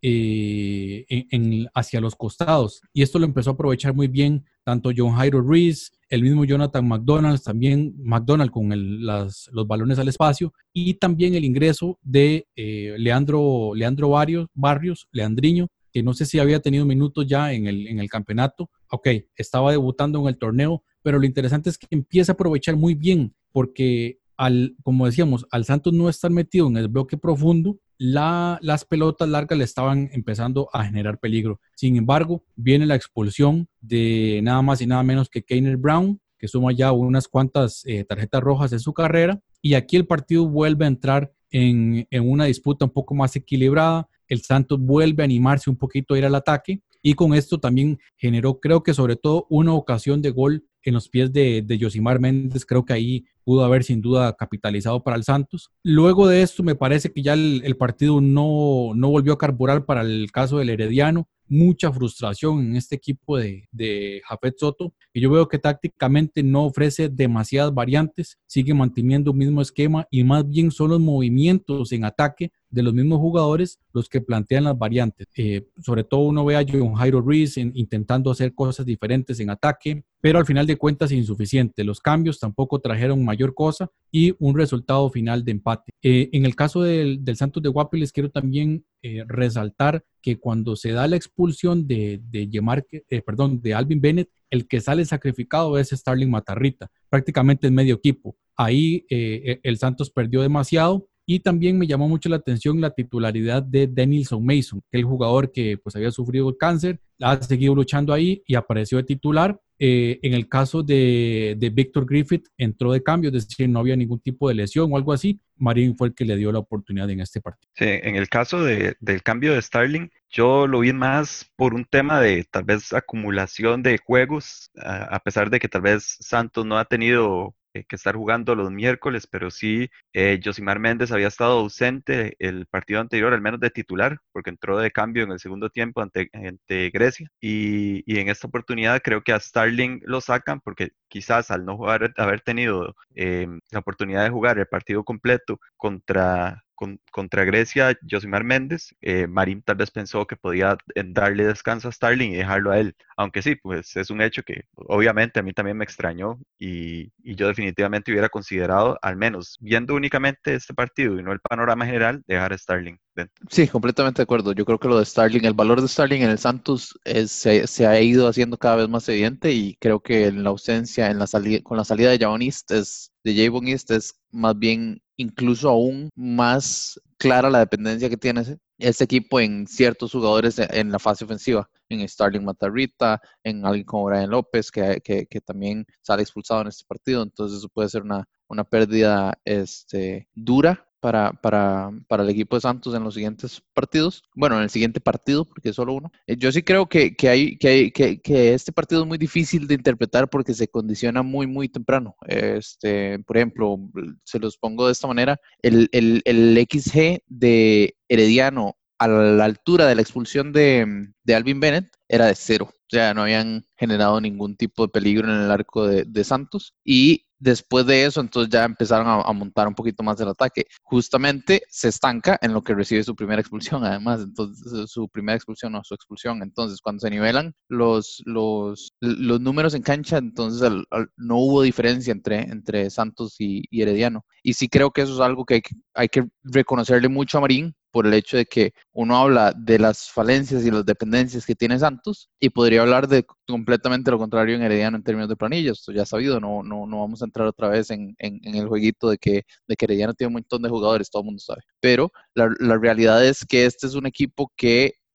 eh, en, en, hacia los costados, y esto lo empezó a aprovechar muy bien tanto John Jairo Ruiz, el mismo Jonathan McDonald, también McDonald con el, las, los balones al espacio, y también el ingreso de eh, Leandro, Leandro Barrios, Barrios, Leandriño, que no sé si había tenido minutos ya en el, en el campeonato. Ok, estaba debutando en el torneo, pero lo interesante es que empieza a aprovechar muy bien, porque al, como decíamos, al Santos no estar metido en el bloque profundo, la, las pelotas largas le estaban empezando a generar peligro. Sin embargo, viene la expulsión de nada más y nada menos que Keiner Brown, que suma ya unas cuantas eh, tarjetas rojas en su carrera, y aquí el partido vuelve a entrar en, en una disputa un poco más equilibrada. El Santos vuelve a animarse un poquito a ir al ataque, y con esto también generó, creo que sobre todo, una ocasión de gol en los pies de, de Yosimar Méndez. Creo que ahí pudo haber sin duda capitalizado para el Santos. Luego de esto me parece que ya el, el partido no, no volvió a carburar para el caso del Herediano. Mucha frustración en este equipo de, de Jafet Soto, y yo veo que tácticamente no ofrece demasiadas variantes, sigue manteniendo un mismo esquema, y más bien son los movimientos en ataque de los mismos jugadores los que plantean las variantes. Eh, sobre todo uno ve a John Jairo Ruiz en, intentando hacer cosas diferentes en ataque, pero al final de cuentas insuficiente. Los cambios tampoco trajeron mayor cosa, y un resultado final de empate. Eh, en el caso del, del Santos de Guapi, les quiero también eh, resaltar que cuando se da la expulsión de, de, Yemarque, eh, perdón, de Alvin Bennett, el que sale sacrificado es Starling Matarrita, prácticamente en medio equipo. Ahí eh, el Santos perdió demasiado. Y también me llamó mucho la atención la titularidad de Denilson Mason, que es el jugador que pues había sufrido el cáncer, ha seguido luchando ahí y apareció de titular. Eh, en el caso de, de Victor Griffith entró de cambio, es decir, no había ningún tipo de lesión o algo así. Marín fue el que le dio la oportunidad en este partido. Sí, en el caso de, del cambio de Starling, yo lo vi más por un tema de tal vez acumulación de juegos, a, a pesar de que tal vez Santos no ha tenido eh, que estar jugando los miércoles, pero sí eh, Yosimar Méndez había estado ausente el partido anterior, al menos de titular, porque entró de cambio en el segundo tiempo ante, ante Grecia, y, y en esta oportunidad creo que a Starling lo sacan porque quizás al no jugar, haber tenido eh, la oportunidad de jugar el partido completo contra, con, contra Grecia, Yosimar Méndez, eh, Marín tal vez pensó que podía darle descanso a Starling y dejarlo a él, aunque sí, pues es un hecho que obviamente a mí también me extrañó, y, y yo definitivamente hubiera considerado, al menos viendo únicamente este partido y no el panorama general, dejar a Starling dentro. Sí, completamente de acuerdo. Yo creo que lo de Starling, el valor de Starling en el Santos es, se, se ha ido haciendo cada vez más evidente, y creo que en la ausencia, en la salida, con la salida de Javon East, es, de Javon East es más bien incluso aún más clara la dependencia que tiene ese, ese equipo en ciertos jugadores en la fase ofensiva, en Starling Matarrita, en alguien como Brian López, que, que, que también sale expulsado en este partido. Entonces eso puede ser una, una pérdida este, dura para, para, para el equipo de Santos en los siguientes partidos. Bueno, en el siguiente partido, porque es solo uno. Eh, yo sí creo que, que, hay, que, hay, que, que este partido es muy difícil de interpretar porque se condiciona muy, muy temprano. Este, por ejemplo, se los pongo de esta manera, el, el, el equis ge de Herediano a la altura de la expulsión de, de Alvin Bennett era de cero. O sea, no habían generado ningún tipo de peligro en el arco de, de Santos. Y después de eso, entonces ya empezaron a, a montar un poquito más del ataque. Justamente se estanca en lo que recibe su primera expulsión, además. Entonces, su primera expulsión o su expulsión. Entonces, cuando se nivelan los, los, los números en cancha, entonces al, al, no hubo diferencia entre, entre Santos y, y Herediano. Y sí creo que eso es algo que hay, que hay que reconocerle mucho a Marín, por el hecho de que uno habla de las falencias y las dependencias que tiene Santos, y podría hablar de completamente lo contrario en Herediano en términos de planillas. Esto ya sabido, no, no, no vamos a entrar otra vez en, en, en el jueguito de que, de que Herediano tiene un montón de jugadores, todo el mundo sabe. Pero la, la realidad es que este es un equipo que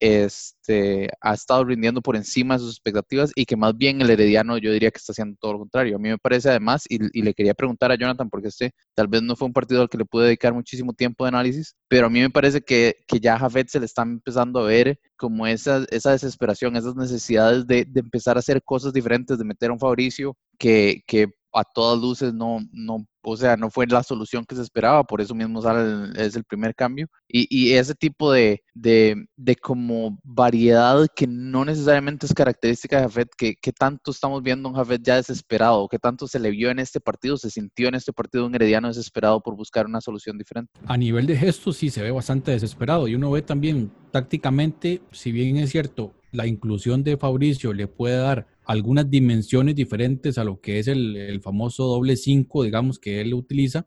este, ha estado rindiendo por encima de sus expectativas y que más bien el Herediano yo diría que está haciendo todo lo contrario. A mí me parece además, y, y le quería preguntar a Jonathan, porque este tal vez no fue un partido al que le pude dedicar muchísimo tiempo de análisis, pero a mí me parece que, que ya a Jafet se le está empezando a ver como esa, esa desesperación, esas necesidades de, de empezar a hacer cosas diferentes, de meter a un Fabricio que, que a todas luces no, no, o sea, no fue la solución que se esperaba, por eso mismo sale el, es el primer cambio. Y, y ese tipo de, de, de como variedad que no necesariamente es característica de Jafet, que, que tanto estamos viendo un Jafet ya desesperado, que tanto se le vio en este partido, se sintió en este partido un Herediano desesperado por buscar una solución diferente. A nivel de gestos sí se ve bastante desesperado y uno ve también tácticamente, si bien es cierto, la inclusión de Fabricio le puede dar algunas dimensiones diferentes a lo que es el, el famoso doble cinco, digamos, que él utiliza,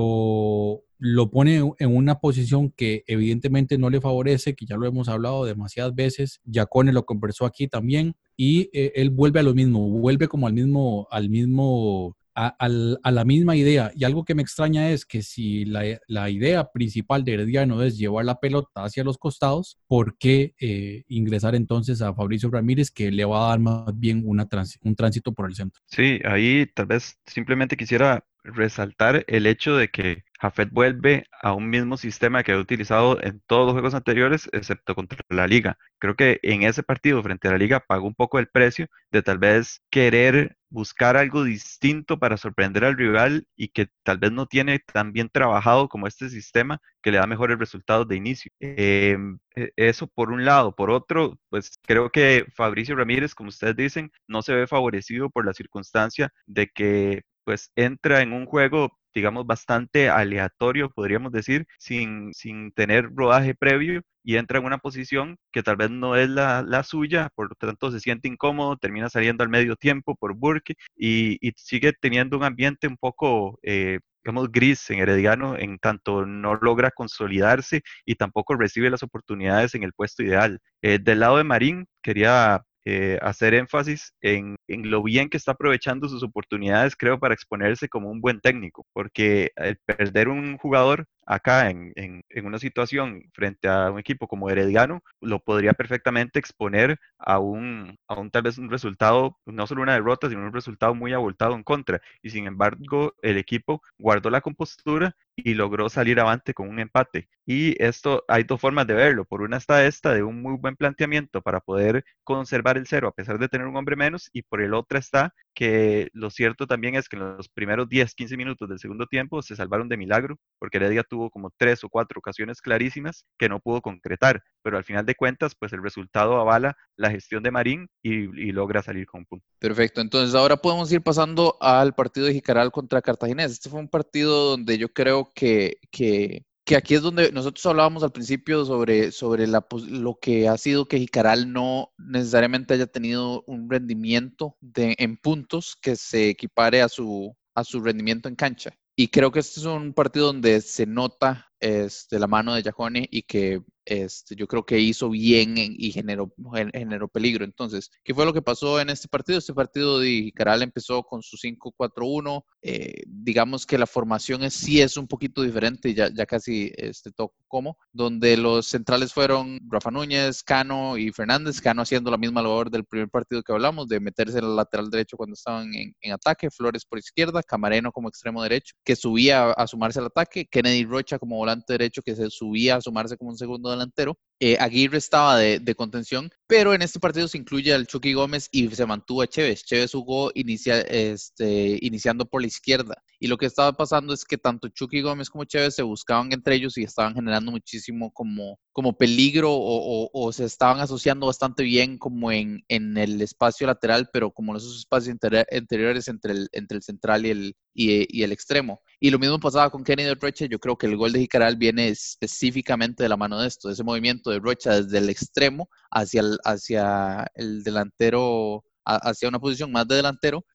pero lo pone en una posición que evidentemente no le favorece, que ya lo hemos hablado demasiadas veces, Giacone lo conversó aquí también, y eh, él vuelve a lo mismo, vuelve como al mismo, al mismo A, a, a la misma idea. Y algo que me extraña es que si la, la idea principal de Herediano es llevar la pelota hacia los costados, ¿por qué eh, ingresar entonces a Fabricio Ramírez, que le va a dar más bien una trans, un tránsito por el centro? Sí, ahí tal vez simplemente quisiera resaltar el hecho de que Jafet vuelve a un mismo sistema que ha utilizado en todos los juegos anteriores, excepto contra la Liga. Creo que en ese partido frente a la Liga pagó un poco el precio de tal vez querer buscar algo distinto para sorprender al rival y que tal vez no tiene tan bien trabajado como este sistema que le da mejores resultados de inicio. Eh, eso por un lado. Por otro, pues creo que Fabricio Ramírez, como ustedes dicen, no se ve favorecido por la circunstancia de que pues entra en un juego, digamos, bastante aleatorio, podríamos decir, sin, sin tener rodaje previo y entra en una posición que tal vez no es la, la suya, por lo tanto se siente incómodo, termina saliendo al medio tiempo por Burke y, y sigue teniendo un ambiente un poco, eh, digamos, gris en Herediano, en tanto no logra consolidarse y tampoco recibe las oportunidades en el puesto ideal. Eh, del lado de Marín, quería eh, hacer énfasis en, en lo bien que está aprovechando sus oportunidades, creo, para exponerse como un buen técnico, porque el perder un jugador acá en, en, en una situación frente a un equipo como Herediano, lo podría perfectamente exponer a un, a un tal vez un resultado, no solo una derrota, sino un resultado muy abultado en contra. Y sin embargo, el equipo guardó la compostura y logró salir avante con un empate. Y esto hay dos formas de verlo. Por una está esta de un muy buen planteamiento para poder conservar el cero a pesar de tener un hombre menos, y por el otro está que lo cierto también es que en los primeros diez, quince minutos del segundo tiempo se salvaron de milagro, porque Heredia tuvo como tres o cuatro ocasiones clarísimas que no pudo concretar, pero al final de cuentas, pues el resultado avala la gestión de Marín y, y logra salir con un punto. Perfecto, entonces ahora podemos ir pasando al partido de Jicaral contra Cartaginés. Este fue un partido donde yo creo que, que, que aquí es donde nosotros hablábamos al principio sobre, sobre la, lo que ha sido que Jicaral no necesariamente haya tenido un rendimiento de, en puntos que se equipare a su, a su rendimiento en cancha. Y creo que este es un partido donde se nota este, la mano de Giacone y que este, yo creo que hizo bien en, y generó, generó peligro. Entonces, ¿qué fue lo que pasó en este partido? Este partido de Jicaral empezó con su cinco cuatro uno. Eh, digamos que la formación es, sí es un poquito diferente, ya, ya casi este, toco como, donde los centrales fueron Rafa Núñez, Cano y Fernández. Cano haciendo la misma labor del primer partido que hablamos, de meterse en el lateral derecho cuando estaban en, en ataque, Flores por izquierda, Camareno como extremo derecho, que subía a, a sumarse al ataque, Kennedy Rocha como volante derecho, que se subía a sumarse como un segundo delantero. Eh, Aguirre estaba de, de contención, pero en este partido se incluye al Chucky Gómez y se mantuvo a Chévez. Chévez jugó inicia, este, iniciando por la izquierda. Y lo que estaba pasando es que tanto Chucky Gómez como Chévez se buscaban entre ellos y estaban generando muchísimo como, como peligro o, o, o se estaban asociando bastante bien como en, en el espacio lateral, pero como en esos espacios inter, interiores entre el, entre el central y el, y, y el extremo. Y lo mismo pasaba con Kennedy Rocha. Yo creo que el gol de Jicaral viene específicamente de la mano de esto, de ese movimiento de Rocha desde el extremo hacia el, hacia el delantero, hacia una posición más de delantero,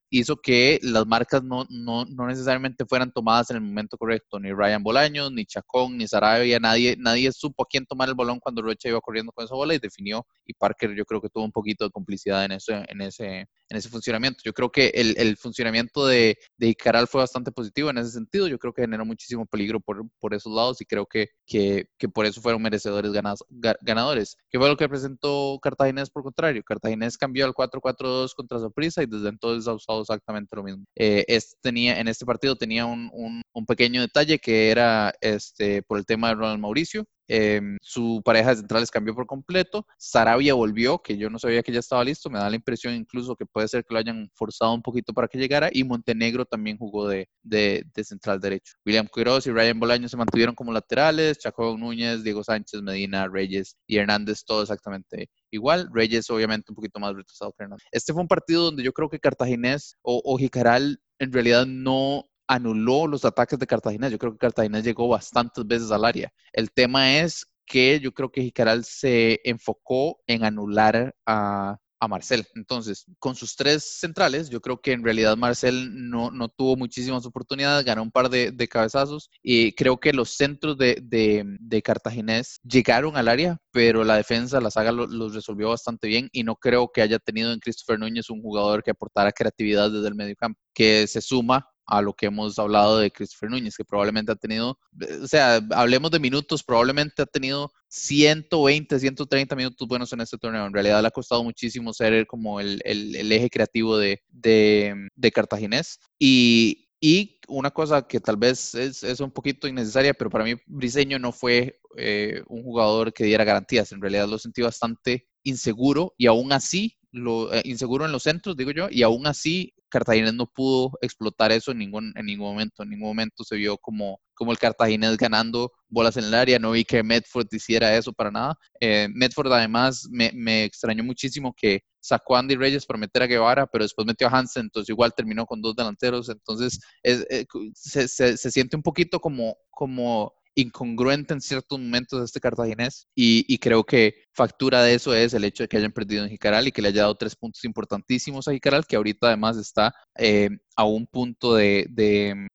hizo que las marcas no, no, no necesariamente fueran tomadas en el momento correcto. Ni Ryan Bolaños, ni Chacón, ni Sarabia, nadie, nadie supo a quién tomar el balón cuando Rocha iba corriendo con esa bola y definió. Y Parker yo creo que tuvo un poquito de complicidad en ese, en ese, en ese funcionamiento. Yo creo que el, el funcionamiento de, de Jicaral fue bastante positivo en ese sentido. Yo creo que generó muchísimo peligro por, por esos lados y creo que, que, que por eso fueron merecedores ganas, ganadores. ¿Qué fue lo que presentó Cartaginés por contrario? Cartaginés cambió al cuatro cuatro dos contra Saprissa y desde entonces ha usado exactamente lo mismo. Eh, este tenía, en este partido tenía un, un, un pequeño detalle que era este, por el tema de Ronald Mauricio. Eh, su pareja de centrales cambió por completo. Sarabia volvió, que yo no sabía que ya estaba listo. Me da la impresión incluso que puede ser que lo hayan forzado un poquito para que llegara. Y Montenegro también jugó de, de, de central derecho. William Quiroz y Ryan Bolaños se mantuvieron como laterales. Chacón Núñez, Diego Sánchez, Medina, Reyes y Hernández, todo exactamente igual. Reyes obviamente un poquito más retrasado que Hernández. Este fue un partido donde yo creo que Cartaginés o, o Jicaral en realidad no anuló los ataques de Cartaginés. Yo creo que Cartaginés llegó bastantes veces al área. El tema es que yo creo que Jicaral se enfocó en anular a, a Marcel. Entonces, con sus tres centrales, yo creo que en realidad Marcel no, no tuvo muchísimas oportunidades, ganó un par de, de cabezazos y creo que los centros de, de, de Cartaginés llegaron al área, pero la defensa, la saga los lo resolvió bastante bien y no creo que haya tenido en Christopher Núñez un jugador que aportara creatividad desde el medio campo, que se suma a lo que hemos hablado de Christopher Núñez, que probablemente ha tenido, o sea, hablemos de minutos, probablemente ha tenido ciento veinte, ciento treinta minutos buenos en este torneo. En realidad le ha costado muchísimo ser como el, el, el eje creativo de, de, de Cartaginés. Y, y una cosa que tal vez es, es un poquito innecesaria, pero para mí Briseño no fue eh, un jugador que diera garantías. En realidad lo sentí bastante inseguro y aún así, lo, eh, inseguro en los centros, digo yo, y aún así Cartaginés no pudo explotar eso en ningún, en ningún momento. En ningún momento se vio como, como el Cartaginés ganando bolas en el área. No vi que Medford hiciera eso para nada. Eh, Medford además me, me extrañó muchísimo que sacó a Andy Reyes para meter a Guevara, pero después metió a Hansen, entonces igual terminó con dos delanteros. Entonces es, es, se, se, se siente un poquito como... como incongruente en ciertos momentos de este Cartaginés y, y creo que factura de eso es el hecho de que hayan perdido en Jicaral y que le haya dado tres puntos importantísimos a Jicaral, que ahorita además está eh, a un punto de, de,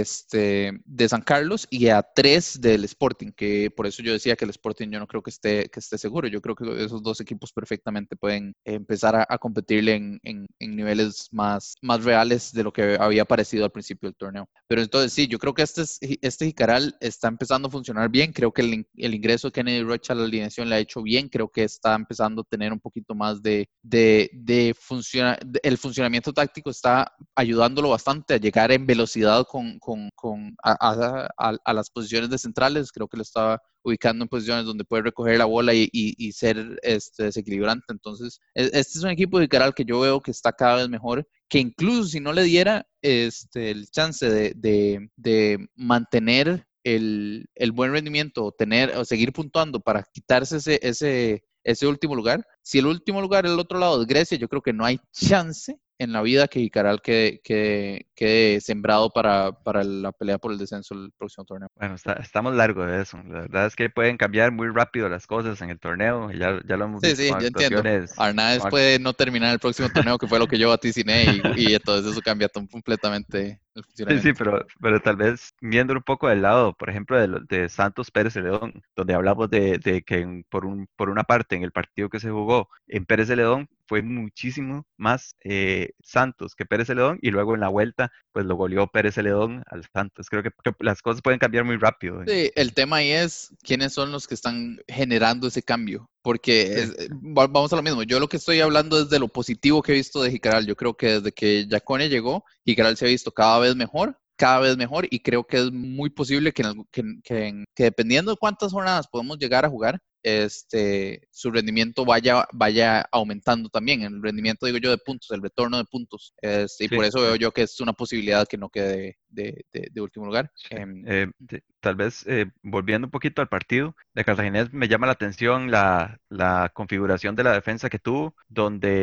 este, de San Carlos y a tres del Sporting, que por eso yo decía que el Sporting yo no creo que esté, que esté seguro. Yo creo que esos dos equipos perfectamente pueden empezar a, a competirle en, en, en niveles más, más reales de lo que había parecido al principio del torneo. Pero entonces sí, yo creo que este, este Jicaral está empezando a funcionar bien. Creo que el, el ingreso de Kennedy Rocha a la alineación le ha hecho bien. Creo que está empezando a tener un poquito más de, de, de funciona, de, el funcionamiento táctico está ayudándolo bastante a llegar en velocidad con, con, con a, a, a, a las posiciones de centrales. Creo que lo estaba ubicando en posiciones donde puede recoger la bola y, y, y ser este, desequilibrante. Entonces, este es un equipo de Jicaral que yo veo que está cada vez mejor, que incluso si no le diera este, el chance de, de, de mantener el, el buen rendimiento o, tener, o seguir puntuando para quitarse ese, ese, ese último lugar, si el último lugar es el otro lado es Grecia, yo creo que no hay chance en la vida que Jicaral quede, quede, quede sembrado para, para la pelea por el descenso el próximo torneo. Bueno, está, estamos largo de eso. La verdad es que pueden cambiar muy rápido las cosas en el torneo. Ya, ya lo hemos Sí, visto sí, con yo entiendo. actuaciones. Arnaez Con... puede no terminar el próximo torneo, que fue lo que yo vaticiné, y, y entonces eso cambia completamente el Sí, sí, funcionamiento. pero, pero tal vez viéndolo un poco del lado, por ejemplo, de, lo- de Santos Pérez Celedón, donde hablamos de, de que en- por, un, por una parte en el partido que se jugó en Pérez Celedón fue muchísimo más eh, Santos que Pérez Celedón y luego en la vuelta pues lo goleó Pérez Celedón al Santos. Creo que, que las cosas pueden cambiar muy rápido. En, Sí, el en- tema ahí es quiénes son los que están generando ese cambio, porque sí, es- va- vamos a lo mismo. Yo lo que estoy hablando es de lo positivo que he visto de Jicaral. Yo creo que desde que Yacone llegó, Jicaral se ha visto cada vez mejor, cada vez mejor, y creo que es muy posible que, en algu- que, que en- que dependiendo de cuántas jornadas podemos llegar a jugar, este, su rendimiento vaya, vaya aumentando también. El rendimiento, digo yo, de puntos, el retorno de puntos. Este, y sí, por eso sí. veo yo que es una posibilidad que no quede de, de- de último lugar. Sí. Em, Eh, de- tal vez eh, volviendo un poquito al partido de Cartaginés, me llama la atención la, la configuración de la defensa que tuvo, donde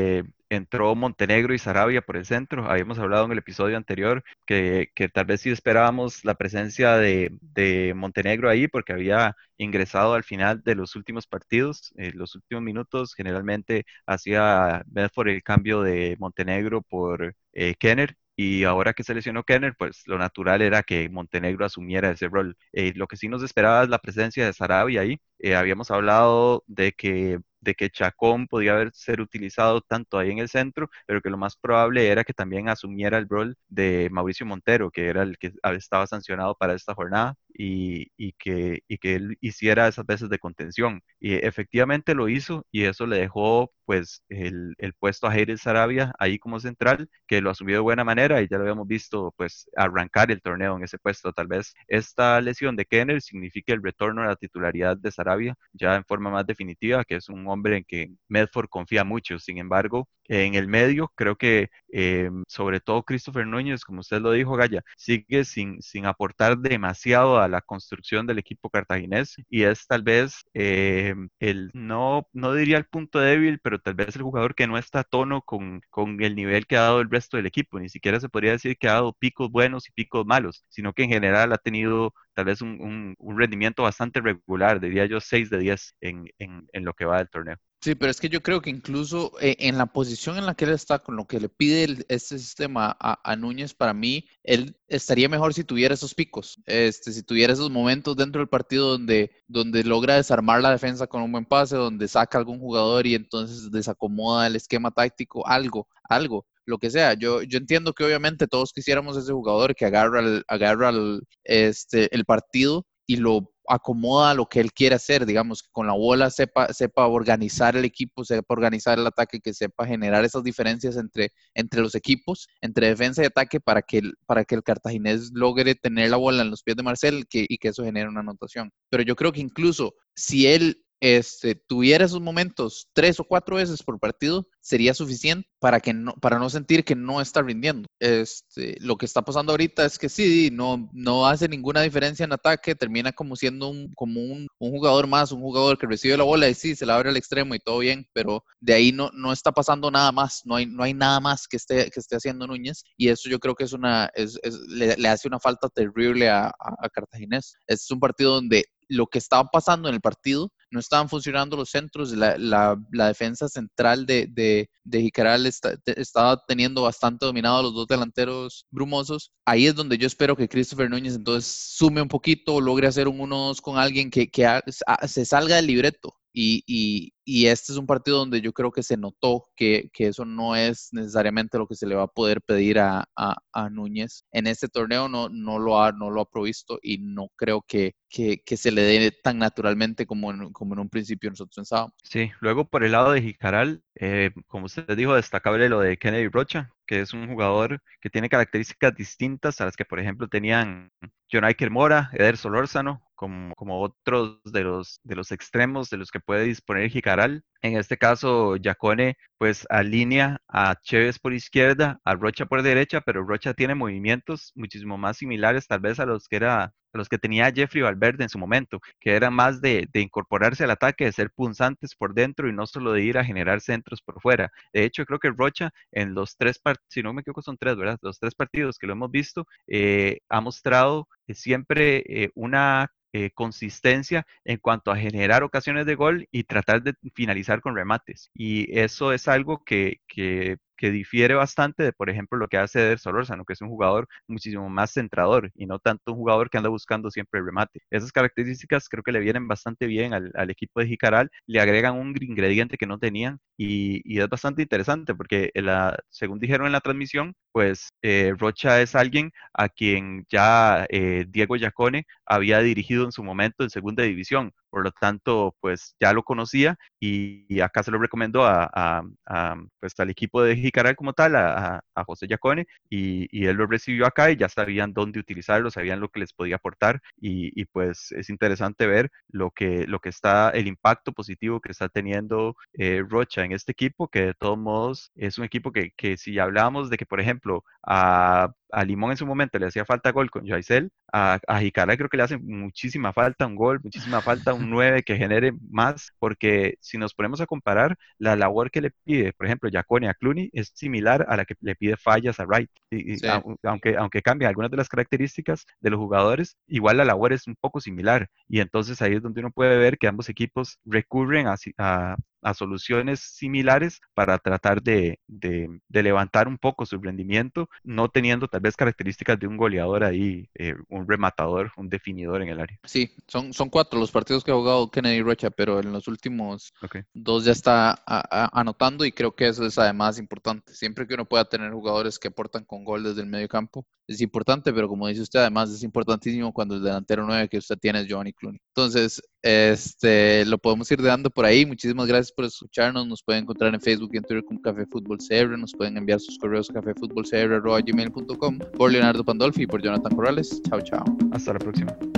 entró Montenegro y Sarabia por el centro. Habíamos hablado en el episodio anterior que, que tal vez sí esperábamos la presencia de, de Montenegro ahí porque había ingresado al final de los últimos partidos, eh, los últimos minutos. Generalmente hacía Medford el cambio de Montenegro por eh, Kenner. Y ahora que se lesionó Kenner, pues lo natural era que Montenegro asumiera ese rol. Eh, lo que sí nos esperaba es la presencia de Sarabia ahí. Eh, habíamos hablado de que de que Chacón podía haber ser utilizado tanto ahí en el centro, pero que lo más probable era que también asumiera el rol de Mauricio Montero, que era el que estaba sancionado para esta jornada, y, y, que, y que él hiciera esas veces de contención. Y efectivamente lo hizo, y eso le dejó pues el, el puesto a Heider Sarabia ahí como central, que lo asumió de buena manera, y ya lo habíamos visto pues arrancar el torneo en ese puesto. Tal vez esta lesión de Kenner signifique el retorno a la titularidad de Sarabia ya en forma más definitiva, que es un hombre en que Medford confía mucho. Sin embargo, en el medio, creo que eh, sobre todo Christopher Núñez, como usted lo dijo, Gaya, sigue sin, sin aportar demasiado a la construcción del equipo cartaginés, y es tal vez eh, el, no, no diría el punto débil, pero tal vez el jugador que no está a tono con, con el nivel que ha dado el resto del equipo. Ni siquiera se podría decir que ha dado picos buenos y picos malos, sino que en general ha tenido tal vez un, un, un rendimiento bastante regular, diría yo seis de diez en, en, en lo que va del torneo. Sí, pero es que yo creo que incluso eh, en la posición en la que él está, con lo que le pide el- este sistema a, a Núñez, para mí, él estaría mejor si tuviera esos picos, este, si tuviera esos momentos dentro del partido donde, donde logra desarmar la defensa con un buen pase, donde saca a algún jugador y entonces desacomoda el esquema táctico, algo, algo, lo que sea. Yo, yo entiendo que obviamente todos quisiéramos ese jugador que agarra el, agarra el, este, el partido y lo acomoda a lo que él quiere hacer, digamos, que con la bola sepa, sepa organizar el equipo, sepa organizar el ataque, que sepa generar esas diferencias entre, entre los equipos, entre defensa y ataque, para que, para que el cartaginés logre tener la bola en los pies de Marcel que, y que eso genere una anotación. Pero yo creo que incluso si él este, tuviera esos momentos tres o cuatro veces por partido, sería suficiente para, que no, para no sentir que no está rindiendo. Este, lo que está pasando ahorita es que sí, no, no hace ninguna diferencia en ataque, termina como siendo un, como un, un jugador más, un jugador que recibe la bola y sí, se la abre al extremo y todo bien, pero de ahí no, no está pasando nada más, no hay, no hay nada más que esté, que esté haciendo Núñez, y eso yo creo que es una, es, es, le, le hace una falta terrible a, a, a Cartaginés. Este es un partido donde lo que estaba pasando en el partido, no estaban funcionando los centros, la, la, la defensa central de, de, de Jicaral está, de, estaba teniendo bastante dominado a los dos delanteros brumosos. Ahí es donde yo espero que Christopher Núñez entonces sume un poquito, logre hacer un uno dos con alguien que, que a, a, se salga del libreto. Y, y, y, este es un partido donde yo creo que se notó que, que, eso no es necesariamente lo que se le va a poder pedir a, a, a Núñez. En este torneo no, no, lo ha, no lo ha provisto y no creo que, que, que se le dé tan naturalmente como en, como en un principio nosotros pensábamos. Sí, luego por el lado de Jicaral, eh, como usted dijo, destacable lo de Kennedy Rocha, que es un jugador que tiene características distintas a las que, por ejemplo, tenían John Iker Mora, Eder Solórzano, como, como otros de los, de los extremos de los que puede disponer Jicaral. En este caso, Yacone pues alinea a Chévez por izquierda, a Rocha por derecha, pero Rocha tiene movimientos muchísimo más similares tal vez a los que era a los que tenía Jeffrey Valverde en su momento, que era más de, de incorporarse al ataque, de ser punzantes por dentro y no solo de ir a generar centros por fuera. De hecho, creo que Rocha en los tres partidos, si no me equivoco son tres, ¿verdad? Los tres partidos que lo hemos visto, eh, ha mostrado siempre eh, una eh, consistencia en cuanto a generar ocasiones de gol y tratar de finalizar con remates. Y eso es algo que, que que difiere bastante de, por ejemplo, lo que hace Eder Solórzano, que es un jugador muchísimo más centrador y no tanto un jugador que anda buscando siempre el remate. Esas características creo que le vienen bastante bien al, al equipo de Jicaral, le agregan un ingrediente que no tenían y, y es bastante interesante porque, la, según dijeron en la transmisión, pues eh, Rocha es alguien a quien ya eh, Diego Yacone había dirigido en su momento en segunda división, por lo tanto, pues ya lo conocía y, y acá se lo recomendó a, a, a, pues, al equipo de Jicaral como tal, a, a José Yacone, y, y él lo recibió acá y ya sabían dónde utilizarlo, sabían lo que les podía aportar y, y pues es interesante ver lo que, lo que está, el impacto positivo que está teniendo eh, Rocha en este equipo, que de todos modos es un equipo que, que si hablábamos de que, por ejemplo, a a Limón en su momento le hacía falta gol con Jaisel, a, a Jicaral creo que le hace muchísima falta un gol, muchísima falta un nueve que genere más, porque si nos ponemos a comparar, la labor que le pide, por ejemplo, Jacone a Clooney es similar a la que le pide Fallas a Wright. Y, y Sí. a, aunque, aunque cambien algunas de las características de los jugadores, igual la labor es un poco similar. Y entonces ahí es donde uno puede ver que ambos equipos recurren a, a, a soluciones similares para tratar de, de, de levantar un poco su rendimiento, no teniendo tal vez características de un goleador ahí, eh, un rematador, un definidor en el área. Sí, son, son cuatro los partidos que ha jugado Kennedy Rocha, pero en los últimos Okay. dos ya está a, a, anotando, y creo que eso es además importante. Siempre que uno pueda tener jugadores que aportan con gol desde el medio campo, es importante, pero como dice usted, además es importantísimo cuando el delantero nueve que usted tiene es Giovanni Clooney. Entonces, este, lo podemos ir dando por ahí. Muchísimas gracias por escucharnos. Nos pueden encontrar en Facebook y en Twitter como Café Fútbol C R. Nos pueden enviar sus correos a cafefutbolcr arroba gmail punto com. Por Leonardo Pandolfi y por Jonathan Corrales. Chao, chao. Hasta la próxima.